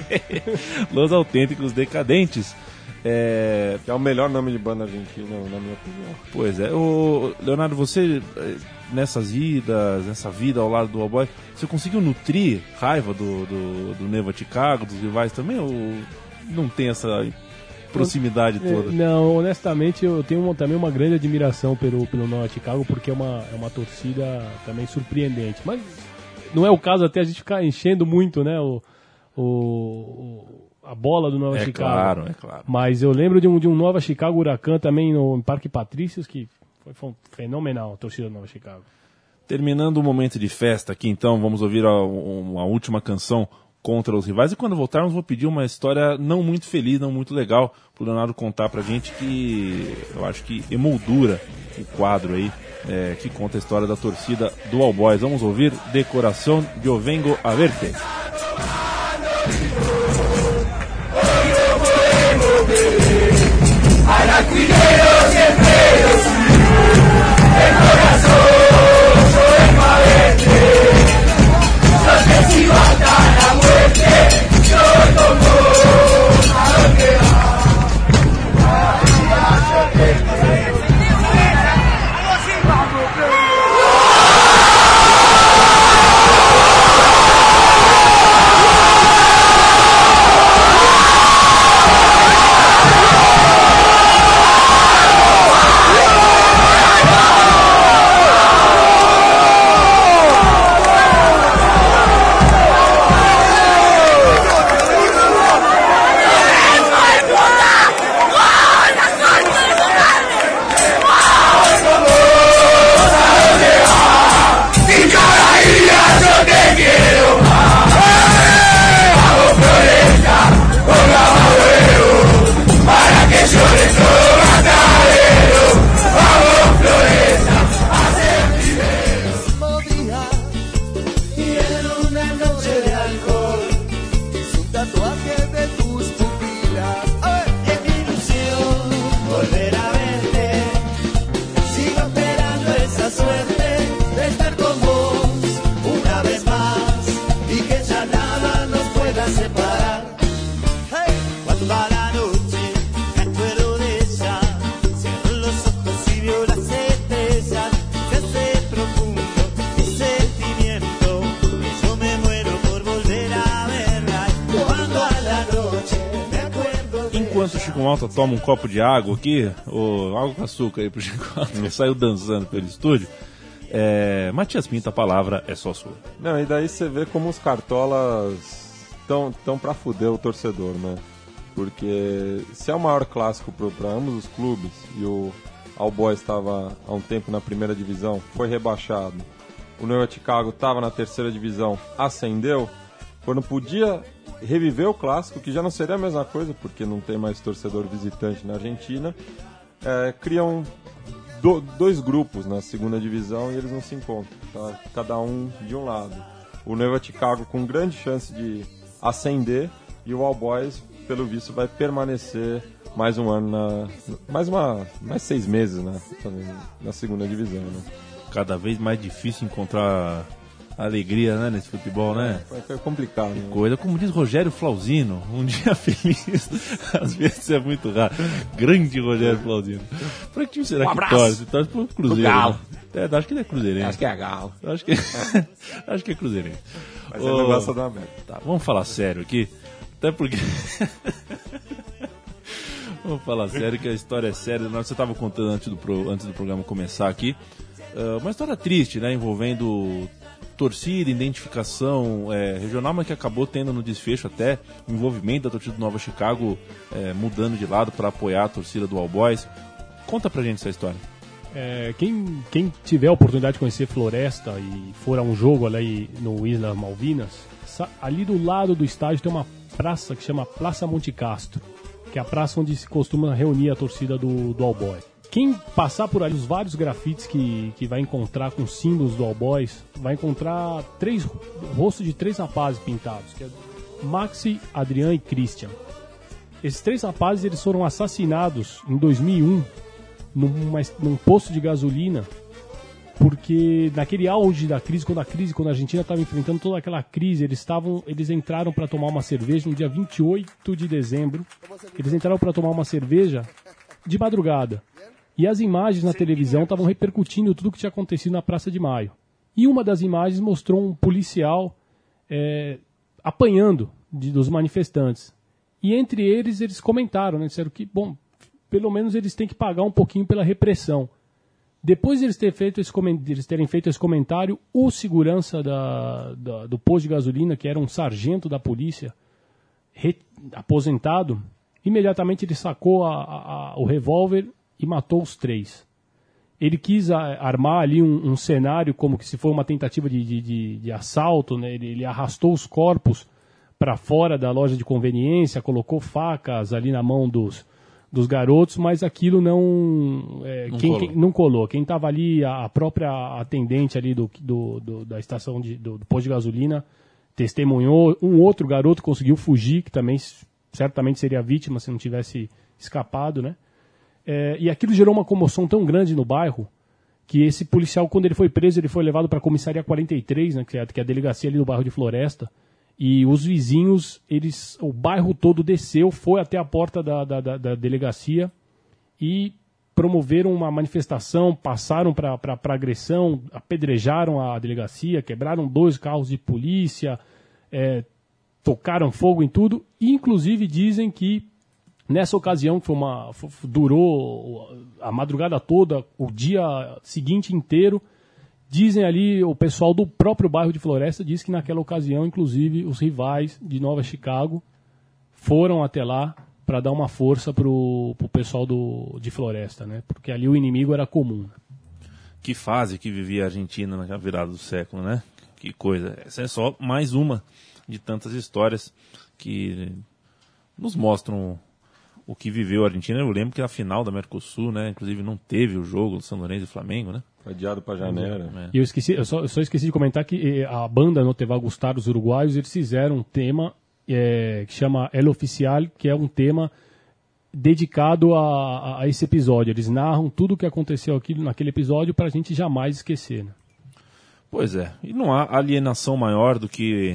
Los Autênticos Decadentes. É... é o melhor nome de banda argentina, na minha opinião. Pois é. O Leonardo, você, nessas idas, nessa vida ao lado do All Boy, você conseguiu nutrir raiva do, do, do Nueva Chicago, dos rivais também? Ou não tem essa proximidade eu, toda? Não, honestamente, eu tenho uma, também uma grande admiração pelo, pelo Nueva Chicago, porque é uma, é uma torcida também surpreendente. Mas não é o caso até a gente ficar enchendo muito, né, o, o, o, a bola do Nova É Chicago. claro, é claro. Mas eu lembro de um, de um Nova Chicago Huracan também no em Parque Patrícios, que foi, foi fenomenal a torcida do Nova Chicago. Terminando o momento de festa aqui, então, vamos ouvir a, uma última canção contra os rivais. E quando voltarmos, vou pedir uma história não muito feliz, não muito legal, pro Leonardo contar pra gente, que eu acho que emoldura o quadro aí, é, que conta a história da torcida do All Boys. Vamos ouvir Decoração Yo Vengo a Verte. Enquanto o Chico Malta toma um copo de água aqui, ou água com açúcar aí pro Chico Malta, saiu dançando pelo estúdio, é, Matias Pinto, a palavra é só sua. Não, e daí você vê como os cartolas estão tão pra fuder o torcedor, né? Porque se é o maior clássico para ambos os clubes, e o All Boys estava há um tempo na primeira divisão, foi rebaixado, o Nova Chicago estava na terceira divisão, ascendeu, quando podia reviver o clássico, que já não seria a mesma coisa, porque não tem mais torcedor visitante na Argentina, é, criam do, dois grupos na segunda divisão e eles não se encontram, tá? Cada um de um lado. O Nova Chicago com grande chance de ascender e o All Boys, pelo visto, vai permanecer mais um ano, na, mais, uma, mais seis meses na, na segunda divisão, né? Cada vez mais difícil encontrar alegria, né, nesse futebol, né? É, é complicado. Que né? coisa, como diz Rogério Flauzino, um dia feliz, às vezes é muito raro. Grande Rogério Flauzino. Pra que time será Um que abraço. torce? Torce pro Cruzeiro. Pro Galo. Né? É, acho que ele é cruzeirense. Acho que é galo. Acho que, acho que é cruzeirense. Mas ele não gosta da América. Tá, vamos falar sério aqui. Até porque... vamos falar sério, que a história é séria. Você estava contando antes do, pro, antes do programa começar aqui. Uh, uma história triste, né? Envolvendo torcida, identificação é, regional, mas que acabou tendo no desfecho até envolvimento da torcida do Nova Chicago é, mudando de lado para apoiar a torcida do All Boys. Conta pra gente essa história. É, quem, quem tiver a oportunidade de conhecer Floresta e for a um jogo ali no Isla Malvinas, ali do lado do estádio tem uma praça que chama Praça Monte Castro, que é a praça onde se costuma reunir a torcida do, do All Boys. Quem passar por ali, os vários grafites que, que vai encontrar com símbolos do All Boys, vai encontrar três rostos de três rapazes pintados, que é Maxi, Adrian e Christian. Esses três rapazes eles foram assassinados em dois mil e um numa, num posto de gasolina, porque naquele auge da crise, quando a crise, quando a Argentina estava enfrentando toda aquela crise, eles estavam, eles entraram para tomar uma cerveja no dia vinte e oito de dezembro. Eles entraram para tomar uma cerveja de madrugada. E as imagens na televisão estavam repercutindo tudo o que tinha acontecido na Praça de Maio. E uma das imagens mostrou um policial é, apanhando de, dos manifestantes. E entre eles, eles comentaram, né, disseram que, bom, pelo menos eles têm que pagar um pouquinho pela repressão. Depois de eles, ter feito esse, de eles terem feito esse comentário, o segurança da, da, do posto de gasolina, que era um sargento da polícia, re, aposentado, imediatamente ele sacou a, a, a, o revólver e matou os três. Ele quis a, armar ali um, um cenário como que se for uma tentativa de, de, de, de assalto, né? ele, ele arrastou os corpos para fora da loja de conveniência, colocou facas ali na mão dos, dos garotos, mas aquilo não, é, não, quem, colou. Quem, não colou. Quem estava ali, a, a própria atendente ali do, do, do, da estação de, do, do posto de gasolina, testemunhou. Um outro garoto conseguiu fugir, que também certamente seria vítima se não tivesse escapado, né? É, e aquilo gerou uma comoção tão grande no bairro que esse policial, quando ele foi preso, ele foi levado para a comissaria quarenta e três, né, que é, que é a delegacia ali do bairro de Floresta, e os vizinhos, eles, o bairro todo desceu, foi até a porta da, da, da, da delegacia e promoveram uma manifestação, passaram para a agressão, apedrejaram a delegacia, quebraram dois carros de polícia, é, tocaram fogo em tudo, e inclusive dizem que nessa ocasião, que foi uma, durou a madrugada toda, o dia seguinte inteiro, dizem ali, o pessoal do próprio bairro de Floresta diz que naquela ocasião, inclusive, os rivais de Nova Chicago foram até lá para dar uma força pro, pro pessoal do, de Floresta, né? Porque ali o inimigo era comum. Que fase que vivia a Argentina na virada do século, né? Que coisa. Essa é só mais uma de tantas histórias que nos mostram o que viveu a Argentina. Eu lembro que a final da Mercosul, né? Inclusive não teve o jogo do São Lourenço e Flamengo, né? Foi adiado para janeiro. É. E eu esqueci, eu só, eu só esqueci de comentar que a banda No Te Va Gustar, os uruguaios, eles fizeram um tema é, que chama El Oficial, que é um tema dedicado a, a, a esse episódio. Eles narram tudo o que aconteceu aqui, naquele episódio para a gente jamais esquecer, né? Pois é. E não há alienação maior do que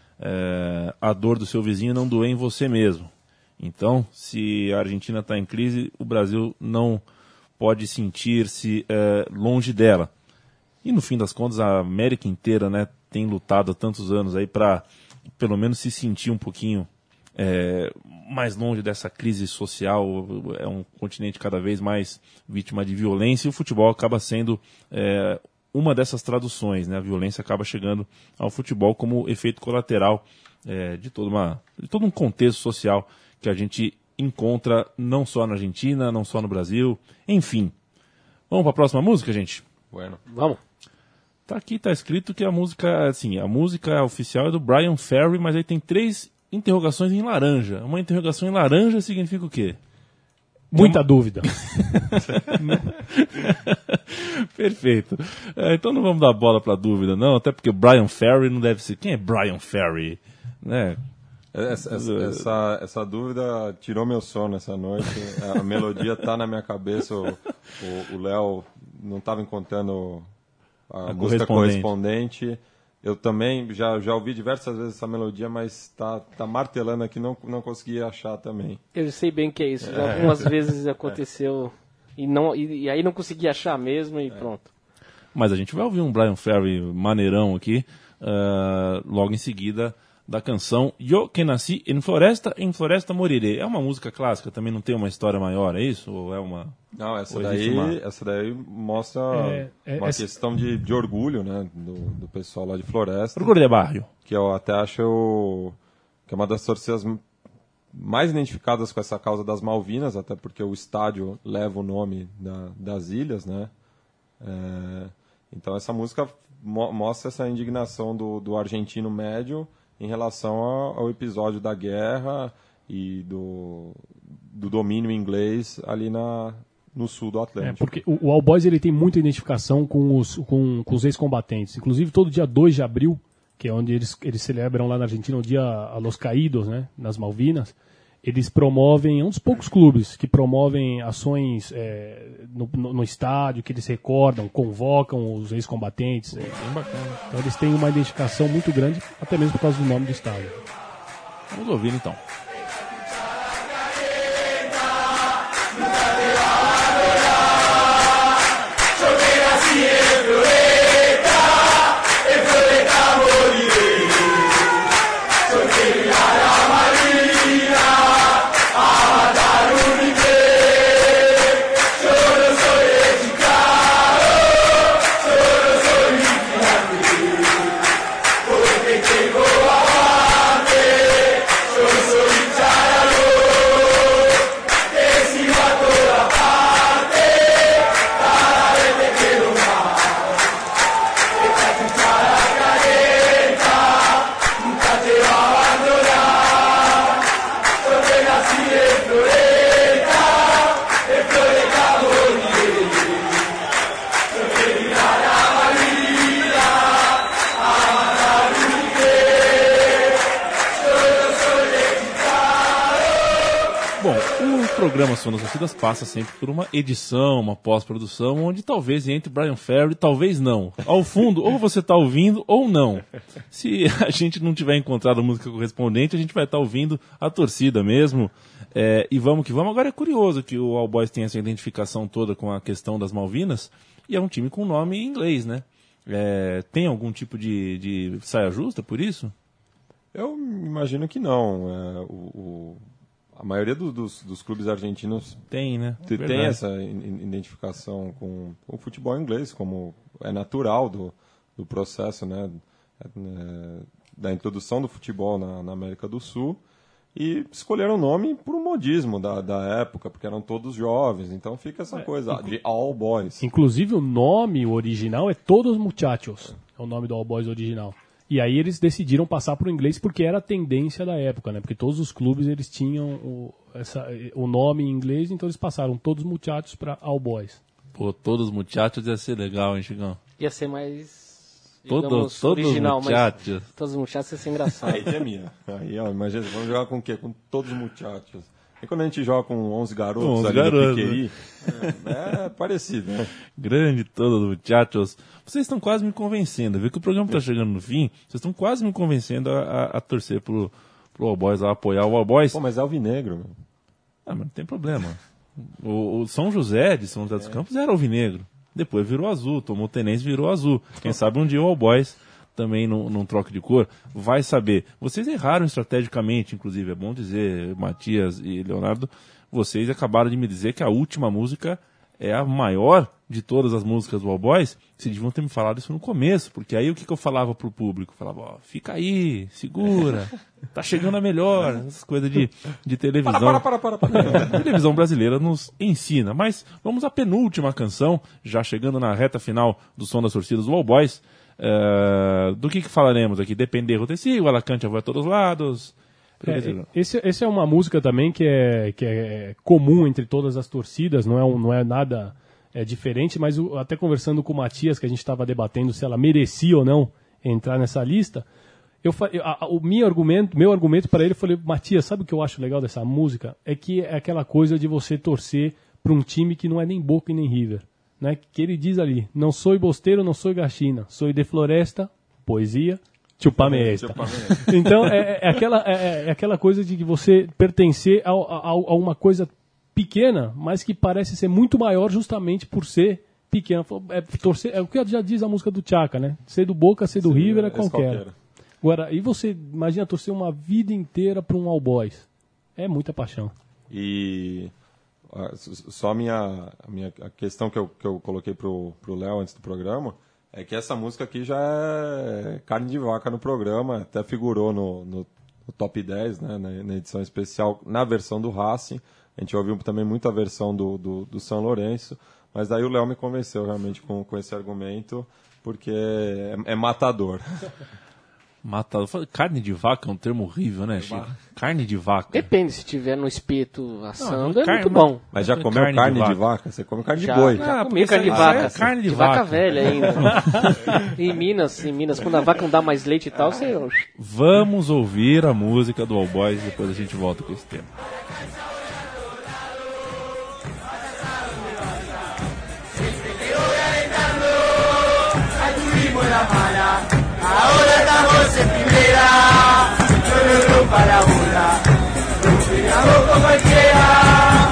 é, a dor do seu vizinho não doer em você mesmo. Então, se a Argentina está em crise, o Brasil não pode sentir-se é, longe dela. E no fim das contas, a América inteira, né, tem lutado há tantos anos aí para pelo menos se sentir um pouquinho é, mais longe dessa crise social. É um continente cada vez mais vítima de violência e o futebol acaba sendo é, uma dessas traduções, né? A violência acaba chegando ao futebol como efeito colateral é, de, toda uma, de todo um contexto social que a gente encontra não só na Argentina, não só no Brasil, enfim. Vamos para a próxima música, gente? Bueno. Vamos. Tá aqui, tá escrito que a música, assim, a música oficial é do Bryan Ferry, mas aí tem três interrogações em laranja. Uma interrogação em laranja significa o quê? Muita dúvida. Perfeito. É, então não vamos dar bola para dúvida, não, até porque Bryan Ferry não deve ser. Quem é Bryan Ferry? Né? Essa, essa, essa, essa dúvida tirou meu sono essa noite. A melodia tá na minha cabeça. O Léo não estava encontrando a, a música correspondente. correspondente. Eu também já, já ouvi diversas vezes essa melodia, mas tá, tá martelando aqui, não, não consegui achar também. Eu sei bem que é isso. Já algumas vezes aconteceu e, não, e, e aí não consegui achar mesmo e é. Pronto. Mas a gente vai ouvir um Bryan Ferry maneirão aqui, uh, logo em seguida da canção Yo que nasci em Floresta, em Floresta moriré. É uma música clássica, também não tem uma história maior, é isso? Ou é uma... Não, essa daí, uma... essa daí mostra é, é, uma essa... questão de, de orgulho, né, do, do pessoal lá de Floresta. Orgulho de barrio. Que eu até acho que é uma das torcidas mais identificadas com essa causa das Malvinas, até porque o estádio leva o nome da, das ilhas, né? É, então essa música mo- mostra essa indignação do, do argentino médio em relação ao, ao episódio da guerra e do, do domínio inglês ali na, no sul do Atlântico. É, porque o, o All Boys ele tem muita identificação com os, com, com os ex-combatentes. Inclusive, todo dia dois de abril, que é onde eles, eles celebram lá na Argentina o dia a Los Caídos, né, nas Malvinas, eles promovem, é um dos poucos clubes que promovem ações é, no, no, no estádio, que eles recordam, convocam os ex-combatentes. É bem bacana. Então eles têm uma identificação muito grande, até mesmo por causa do nome do estádio. Vamos ouvir então. Yo no soy de Chicago. programa Som das Torcidas passa sempre por uma edição, uma pós-produção, onde talvez entre Brian Ferry, talvez não. Ao fundo, ou você está ouvindo ou não. Se a gente não tiver encontrado a música correspondente, a gente vai estar tá ouvindo a torcida mesmo. É, e vamos que vamos. Agora é curioso que o All Boys tem essa identificação toda com a questão das Malvinas, e é um time com nome em inglês, né? É, tem algum tipo de, de saia justa por isso? Eu imagino que não. É, o, o, a maioria do, dos, dos clubes argentinos tem, né? Tem Verdade. essa identificação com, com o futebol inglês, como é natural do, do processo, né, da introdução do futebol na, na América do Sul. E escolheram o nome por um modismo da, da época, porque eram todos jovens. Então fica essa é, coisa inclu- de All Boys. Inclusive o nome original é Todos Muchachos. É o nome do All Boys original. E aí eles decidiram passar para o inglês porque era a tendência da época, né? Porque todos os clubes eles tinham o, essa, o nome em inglês, então eles passaram Todos Muchachos para All Boys. Pô, Todos Muchachos ia ser legal, hein, Chigão? Ia ser mais... Todo, digamos, todos original, muchachos. mas todos os muchachos ia ser engraçado. Aí é minha. Aí, ó, imagina, vamos jogar com o quê? Com todos os muchachos. E quando a gente joga com onze garotos onze ali garotos, no Piqueri, é, é parecido, né? Grande Todos os Muchachos. Vocês estão quase me convencendo. Vê que o programa está chegando no fim. Vocês estão quase me convencendo a, a, a torcer pro, pro All Boys, a apoiar o All Boys. Pô, mas é alvinegro, meu. Ah, mas não tem problema. O, o São José de São José dos é. Campos era alvinegro. Depois virou azul. Tomou Tenense, virou azul. Quem sabe um dia o All Boys também num, num troco de cor, vai saber. Vocês erraram estrategicamente, inclusive, é bom dizer, Matias e Leonardo, vocês acabaram de me dizer que a última música é a maior de todas as músicas do All Boys. Vocês deviam ter me falado isso no começo, porque aí o que, que eu falava pro público? Eu falava, ó, fica aí, segura, tá chegando a melhor, essas coisas de, de televisão. Para, para, para, para, para. A televisão brasileira nos ensina, mas vamos à penúltima canção, já chegando na reta final do Som das Torcidas do All Boys. Uh, do que, que falaremos aqui? Depender, Rotecigo, ela cante a voz a todos os lados. É, esse, esse é uma música também que é, que é comum entre todas as torcidas, não é, um, não é nada é, diferente, mas o, até conversando com o Matias, que a gente estava debatendo se ela merecia ou não entrar nessa lista, eu, eu, a, o meu argumento, meu argumento para ele, eu falei, Matias, sabe o que eu acho legal dessa música? É que é aquela coisa de você torcer para um time que não é nem Boca e nem River. Né, que ele diz ali, não sou bosteiro, não sou gachina, sou de floresta, poesia, chupame esta. Então é, é, aquela, é, é aquela coisa de você pertencer a, a, a uma coisa pequena, mas que parece ser muito maior justamente por ser pequena. É, torcer, é o que já diz a música do Tchaka, né? Ser do Boca, ser do Sim, River é qualquer. qualquer. Agora, e você imagina torcer uma vida inteira para um All Boys? É muita paixão. E... Só a minha, a minha a questão que eu, que eu coloquei pro, pro Léo antes do programa é que essa música aqui já é carne de vaca no programa, até figurou no, no, no top dez, né, na, na edição especial, na versão do Racing. A gente ouviu também muita versão do, do, do São Lourenço, mas daí o Léo me convenceu realmente com, com esse argumento, porque é, é matador. Matador. Carne de vaca é um termo horrível, né, Chico? Carne de vaca. Depende, se tiver no espeto assando, não, é carne, muito bom. Mas já comeu carne, carne de, vaca. de vaca? Você come carne já, de boi. Já ah, comi carne de vaca. É carne de, de vaca. vaca velha ainda. em Minas, em Minas, quando a vaca não dá mais leite e tal, você... Vamos ouvir a música do All Boys, depois a gente volta com esse tema. Ahora estamos en primera, no nos rompa la bola, nos pegamos con cualquiera.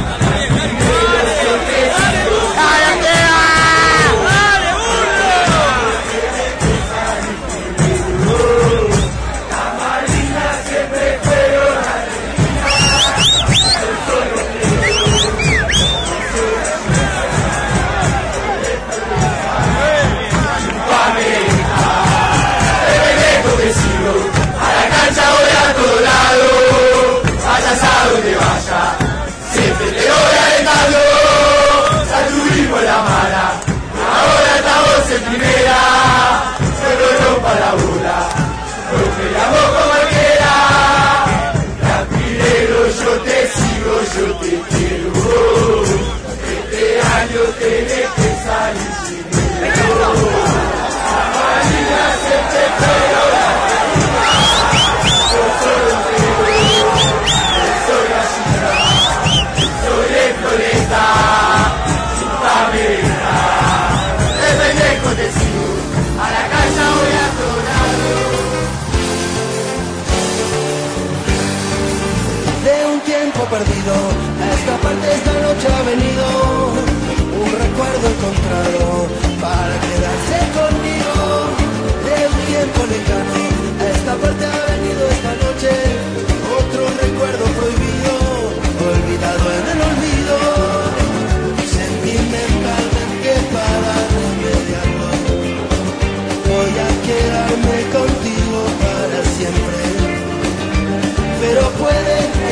La Malvinas siempre fueron a la cancha voy a todo lado, vayas a donde vaya.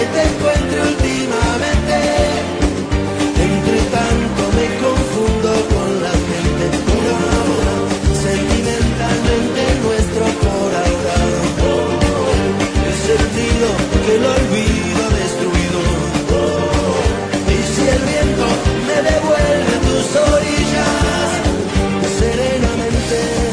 te encuentre últimamente. Entre tanto me confundo con la gente. Por ahora, sentimentalmente nuestro por ahora. He sentido que el olvido ha destruido. Y si el viento me devuelve a tus orillas, serenamente.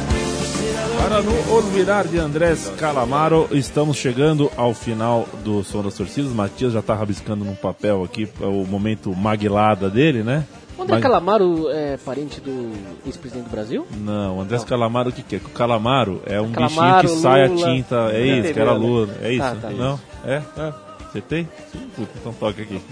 Para no olvidar de Andrés Calamaro, estamos chegando ao final do Som das Torcidas. O Matias já está rabiscando num papel aqui o momento maguilada dele, né? O André Mag... Calamaro é parente do ex-presidente do Brasil? Não, o Andrés Calamaro o que, que é? O Calamaro é um Calamaro, bichinho que sai Lula. a tinta. É Não isso, que entendeu, era né? Lula. É isso? Tá, tá. Não? É? É. Você tem? Puta, então toca aqui.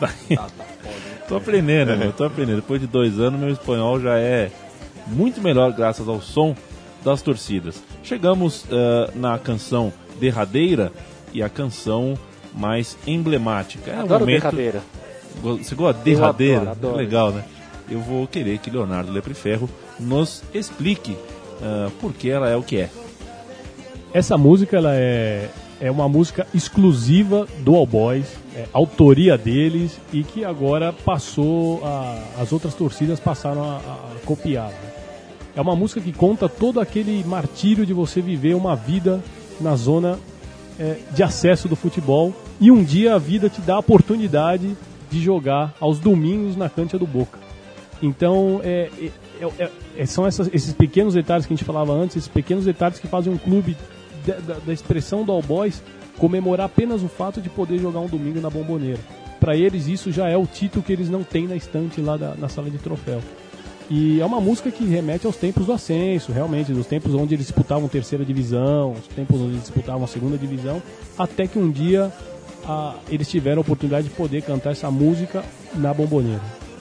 Tô aprendendo, meu, tô aprendendo. Depois de dois anos, meu espanhol já é muito melhor graças ao Som das Torcidas. Chegamos uh, na canção derradeira e a canção mais emblemática. É Adoro um momento... derradeira. Você gosta de derradeira? adoro, adoro. Legal, né? Eu vou querer que Leonardo Lepreferro nos explique uh, por que ela é o que é. Essa música ela é, é uma música exclusiva do All Boys, é autoria deles e que agora passou, a, as outras torcidas passaram a, a copiar. Né? É uma música que conta todo aquele martírio de você viver uma vida na zona é, de acesso do futebol e um dia a vida te dá a oportunidade de jogar aos domingos na cancha do Boca. Então, é, é, é, são essas, esses pequenos detalhes que a gente falava antes, esses pequenos detalhes que fazem um clube da, da, da expressão do All Boys comemorar apenas o fato de poder jogar um domingo na Bombonera. Para eles, isso já é o título que eles não têm na estante lá da, na sala de troféu. E é uma música que remete aos tempos do ascenso, realmente, dos tempos onde eles disputavam terceira divisão, os tempos onde eles disputavam segunda divisão, até que um dia a, eles tiveram a oportunidade de poder cantar essa música na Bombonera.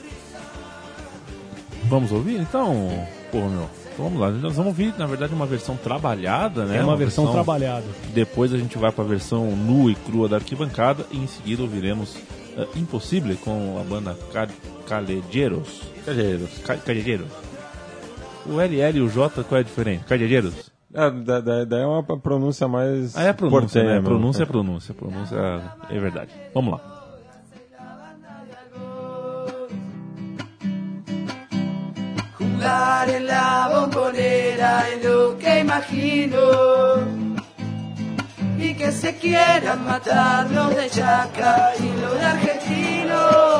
Vamos ouvir então? Pô, meu, vamos lá. Nós vamos ouvir, na verdade, uma versão trabalhada, né? É uma, uma versão, versão trabalhada. Depois a gente vai para a versão nua e crua da arquibancada e em seguida ouviremos uh, Impossível com a banda Cal- Callejeros. Calheiros. Ca- Callejeros. O L L e o J, qual é a diferença? Callejeros? É, da- da- daí é uma pronúncia mais. Ah, é a pronúncia, portenha, né? mesmo. Pronúncia é pronúncia. Pronúncia é verdade. Vamos lá. Jugar en la Bombonera es lo que imagino. Y que se quieran matar los de Chaca y los de Argentino.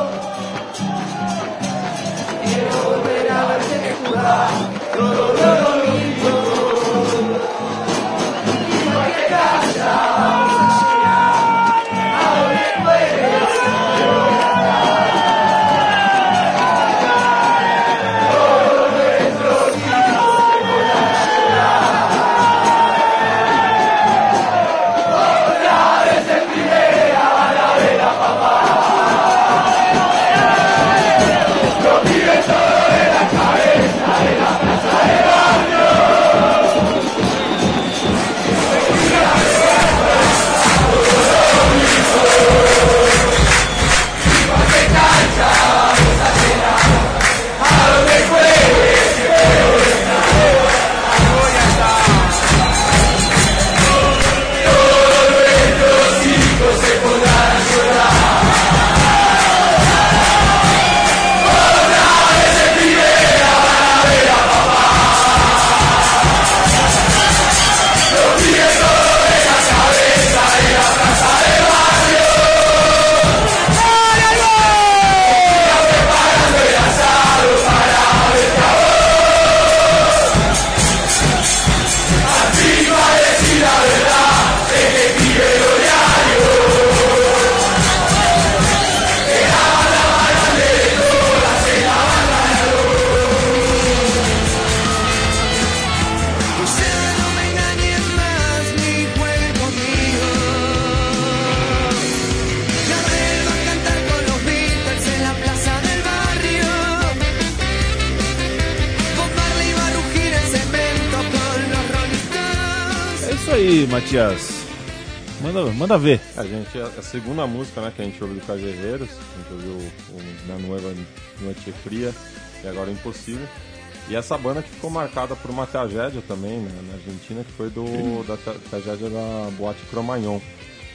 Quiero volver a verte jugar todos los domingos. Y no hay que callar. Ahora puedes. aí, Matias. Manda, manda ver. A gente, a, a segunda música, né, que a gente ouviu do Callejeros, a gente ouviu o, o Na Nueva Noite Fria e agora Impossível. E essa banda que ficou marcada por uma tragédia também, né, na Argentina, que foi do, da tra- tragédia da Boate Cromagnon.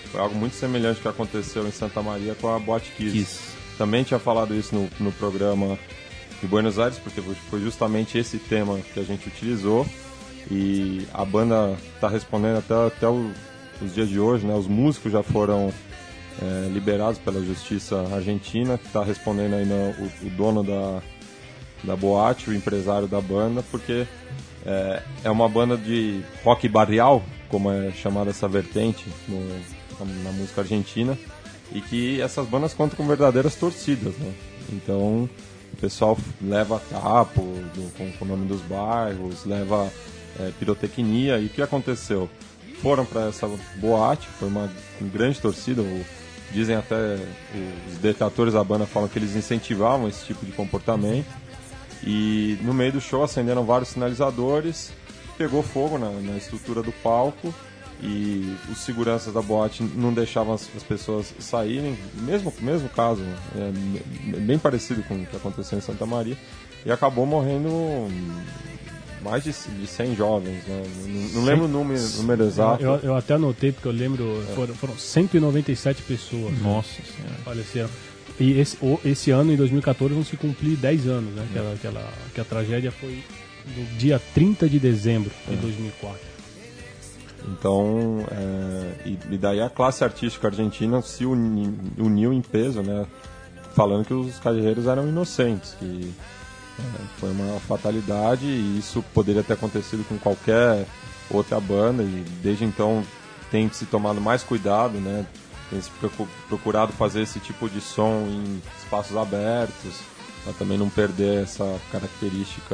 foi algo muito semelhante que aconteceu em Santa Maria com a Boate Kiss. Kiss. Também tinha falado isso no, no programa de Buenos Aires, porque foi justamente esse tema que a gente utilizou. E a banda está respondendo até, até o, os dias de hoje, né? Os músicos já foram é, liberados pela justiça argentina, que está respondendo aí no, o, o dono da, da boate, o empresário da banda, porque é, é uma banda de rock barrial, como é chamada essa vertente no, na música argentina, e que essas bandas contam com verdadeiras torcidas, né? Então o pessoal leva capo do, com, com o nome dos bairros, leva é, pirotecnia. E o que aconteceu? Foram para essa boate, foi uma, uma grande torcida, o, dizem até os detratores da banda falam que eles incentivavam esse tipo de comportamento, e no meio do show acenderam vários sinalizadores, pegou fogo na, na estrutura do palco, e os seguranças da boate não deixavam as, as pessoas saírem, mesmo, mesmo caso, é, bem parecido com o que aconteceu em Santa Maria, e acabou morrendo mais de, de cem jovens, né? Não, não lembro o número, número exato. Eu, eu até anotei, porque eu lembro, é. foram, foram cento e noventa e sete pessoas. Nossa Senhora. Faleceram. E esse, o, esse ano, em dois mil e quatorze, vão se cumprir dez anos, né? Que, ela, que, ela, que a tragédia foi no dia trinta de dezembro de é. dois mil e quatro. Então, é, e, e daí a classe artística argentina se uni, uniu em peso, né? Falando que os calheiros eram inocentes, que é, foi uma fatalidade, e isso poderia ter acontecido com qualquer outra banda, e desde então tem se tomado mais cuidado, né? Tem se procurado fazer esse tipo de som em espaços abertos, para também não perder essa característica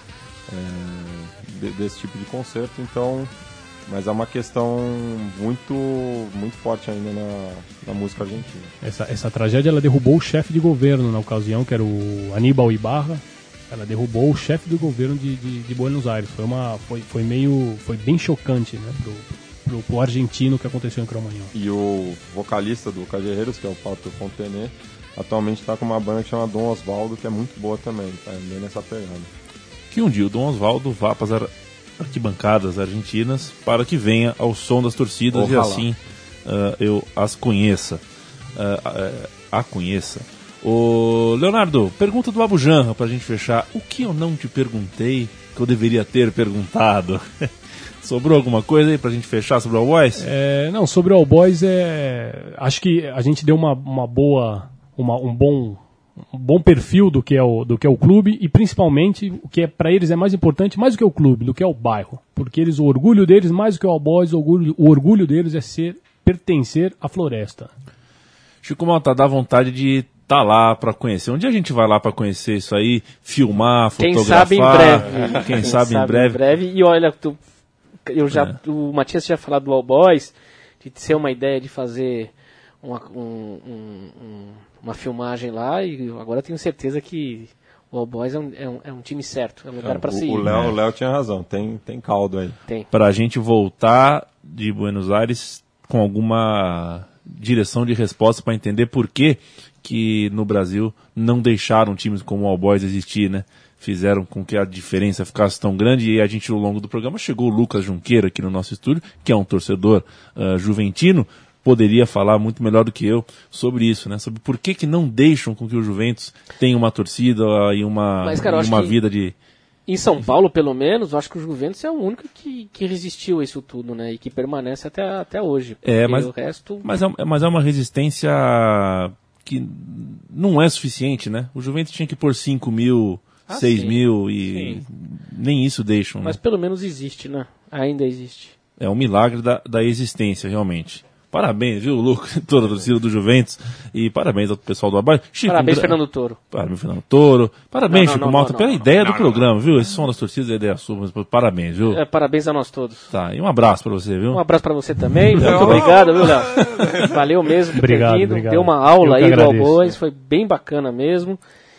é, de, desse tipo de concerto. Então, mas é uma questão muito, muito forte ainda na, na música argentina. Essa, essa tragédia, ela derrubou o chefe de governo na ocasião, que era o Aníbal Ibarra. Ela derrubou o chefe do governo de, de, de Buenos Aires. Foi uma, foi, foi meio, foi bem chocante, né, pro, pro, pro argentino que aconteceu em Cromagnon. E o vocalista do Calheiros, que é o Pato Fontenay, atualmente está com uma banda que chama Dom Osvaldo, que é muito boa também, tá bem nessa pegada. Que um dia o Dom Osvaldo vá para as arquibancadas argentinas para que venha ao som das torcidas. Ojalá. E assim uh, eu as conheça. Uh, uh, a conheça. Ô Leonardo, pergunta do Abu Janra pra gente fechar. O que eu não te perguntei que eu deveria ter perguntado? Sobrou alguma coisa aí pra gente fechar sobre o All Boys? É, não, sobre o All Boys, é, acho que a gente deu uma, uma boa, uma, um bom... um bom perfil do que é o, do que é o clube, e principalmente o que é para eles é mais importante, mais do que o clube, do que é o bairro, porque eles, o orgulho deles, mais do que o All Boys, o orgulho, o orgulho deles é ser, pertencer à Floresta. Chico Malta, dá vontade de estar tá lá para conhecer. Um dia a gente vai lá para conhecer isso aí, filmar, fotografar. Quem sabe em breve. Quem, Quem sabe, sabe em breve. Em breve. E olha, tu, eu já, é. o Matias tinha falado do All Boys, de ser uma ideia de fazer uma, um, um, um, uma filmagem lá, e agora tenho certeza que o All Boys é um, é um, é um time certo, é um lugar é, para se ir. O Léo, o Léo tinha razão, tem, tem caldo aí. Tem. Para a gente voltar de Buenos Aires com alguma direção de resposta para entender por que que no Brasil não deixaram times como o All Boys existir, né? Fizeram com que a diferença ficasse tão grande, e a gente, ao longo do programa, chegou o Lucas Junqueira aqui no nosso estúdio, que é um torcedor uh, juventino, poderia falar muito melhor do que eu sobre isso, né? Sobre por que que não deixam com que o Juventus tenha uma torcida e uma, Mas, cara, e uma vida de... Em São Paulo, pelo menos, eu acho que o Juventus é o único que, que resistiu a isso tudo, né? E que permanece até, até hoje. É, mas, o resto... mas, é, mas é uma resistência que não é suficiente, né? O Juventus tinha que pôr cinco mil, ah, seis mil e sim. Nem isso deixam. Mas né? Pelo menos existe, né? Ainda existe. É um milagre da, da existência, realmente. Parabéns, viu, Lucas, toda a torcida do Juventus, e parabéns ao pessoal do Abaixo. Parabéns, um... Fernando Toro. Parabéns, Fernando Toro. Parabéns, não, não, Chico não, Malta, não, pela não, ideia não, do não, programa, não. viu? Esse som das torcidas é ideia sua, mas parabéns, viu? É, parabéns a nós todos. Tá, e um abraço pra você, viu? Um abraço pra você também, muito obrigado, viu, Léo? Valeu mesmo por obrigado, ter vindo, obrigado. Deu uma aula aí do All agradeço. Boys, foi bem bacana mesmo.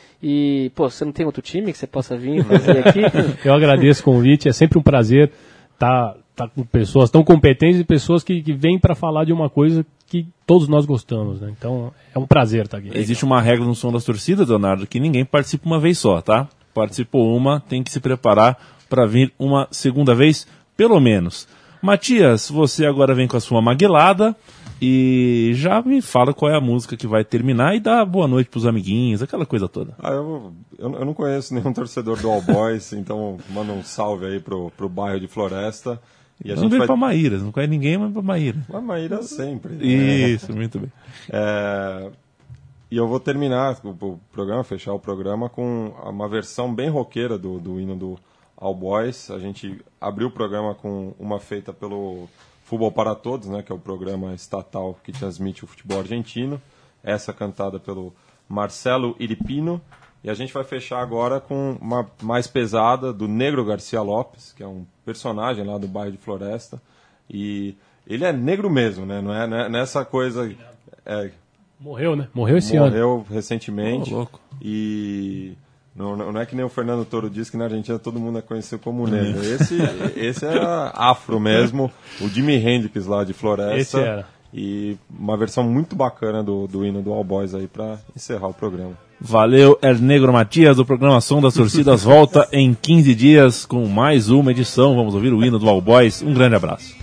E, pô, você não tem outro time que você possa vir fazer aqui? Eu agradeço o convite, é sempre um prazer estar... Tá... Tá com pessoas tão competentes e pessoas que, que vêm para falar de uma coisa que todos nós gostamos, né? Então é um prazer estar aqui. Existe uma regra no som das torcidas, Leonardo, que ninguém participa uma vez só, tá? Participou uma, tem que se preparar para vir uma segunda vez, pelo menos. Matias, você agora vem com a sua maguilada E já me fala qual é a música que vai terminar e dá boa noite pros amiguinhos, aquela coisa toda. Ah, eu, eu, eu não conheço nenhum torcedor do All Boys, então manda um salve aí pro, pro bairro de Floresta. E a não gente vem vai... pra Maíra, não conhece ninguém, mas pra Maíra. Mas Maíra sempre. Né? Isso, muito bem. É... E eu vou terminar o, o programa, fechar o programa com uma versão bem roqueira do, do hino do All Boys. A gente abriu o programa com uma feita pelo Futebol para Todos, né, que é o programa estatal que transmite o futebol argentino. Essa cantada pelo Marcelo Iripino. E a gente vai fechar agora com uma mais pesada do Negro Garcia Lopes, que é um personagem lá do bairro de Floresta. E ele é negro mesmo, né? Não é, não é nessa coisa... É, morreu, né? Morreu esse morreu ano. Morreu recentemente. Oh, louco. E não, não é que nem o Fernando Toro disse que na Argentina todo mundo é conhecido como negro. Esse, esse era afro mesmo. O Jimi Hendrix lá de Floresta. Esse era. E uma versão muito bacana do, do hino do All Boys aí para encerrar o programa. Valeu, El Negro Matias, do programa Som das Torcidas. Volta em quinze dias com mais uma edição. Vamos ouvir o hino do All Boys. Um grande abraço.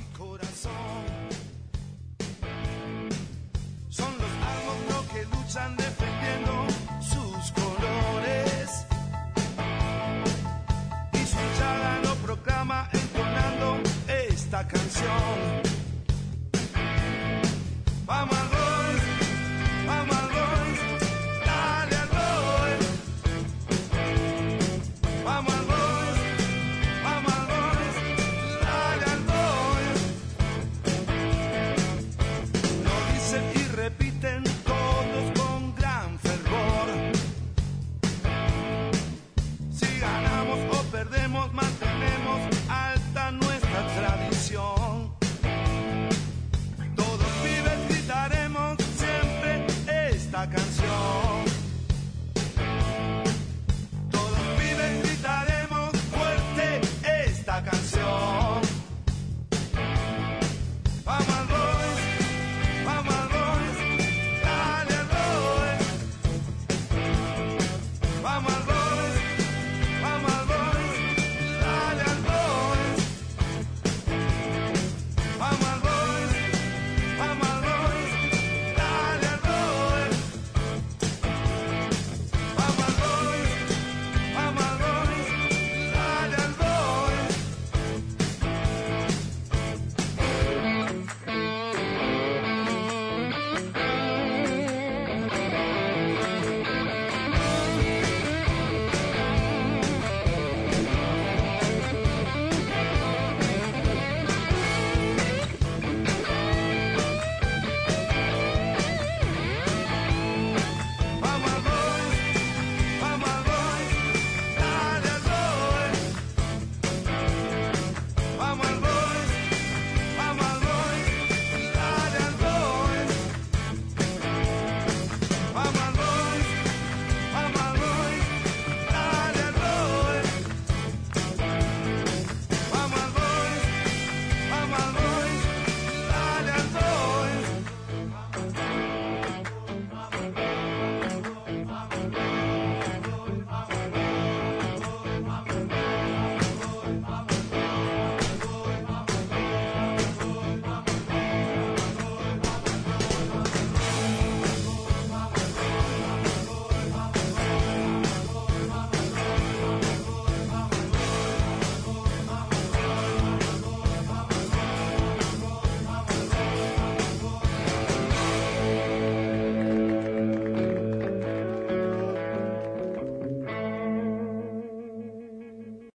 Entonando esta canción.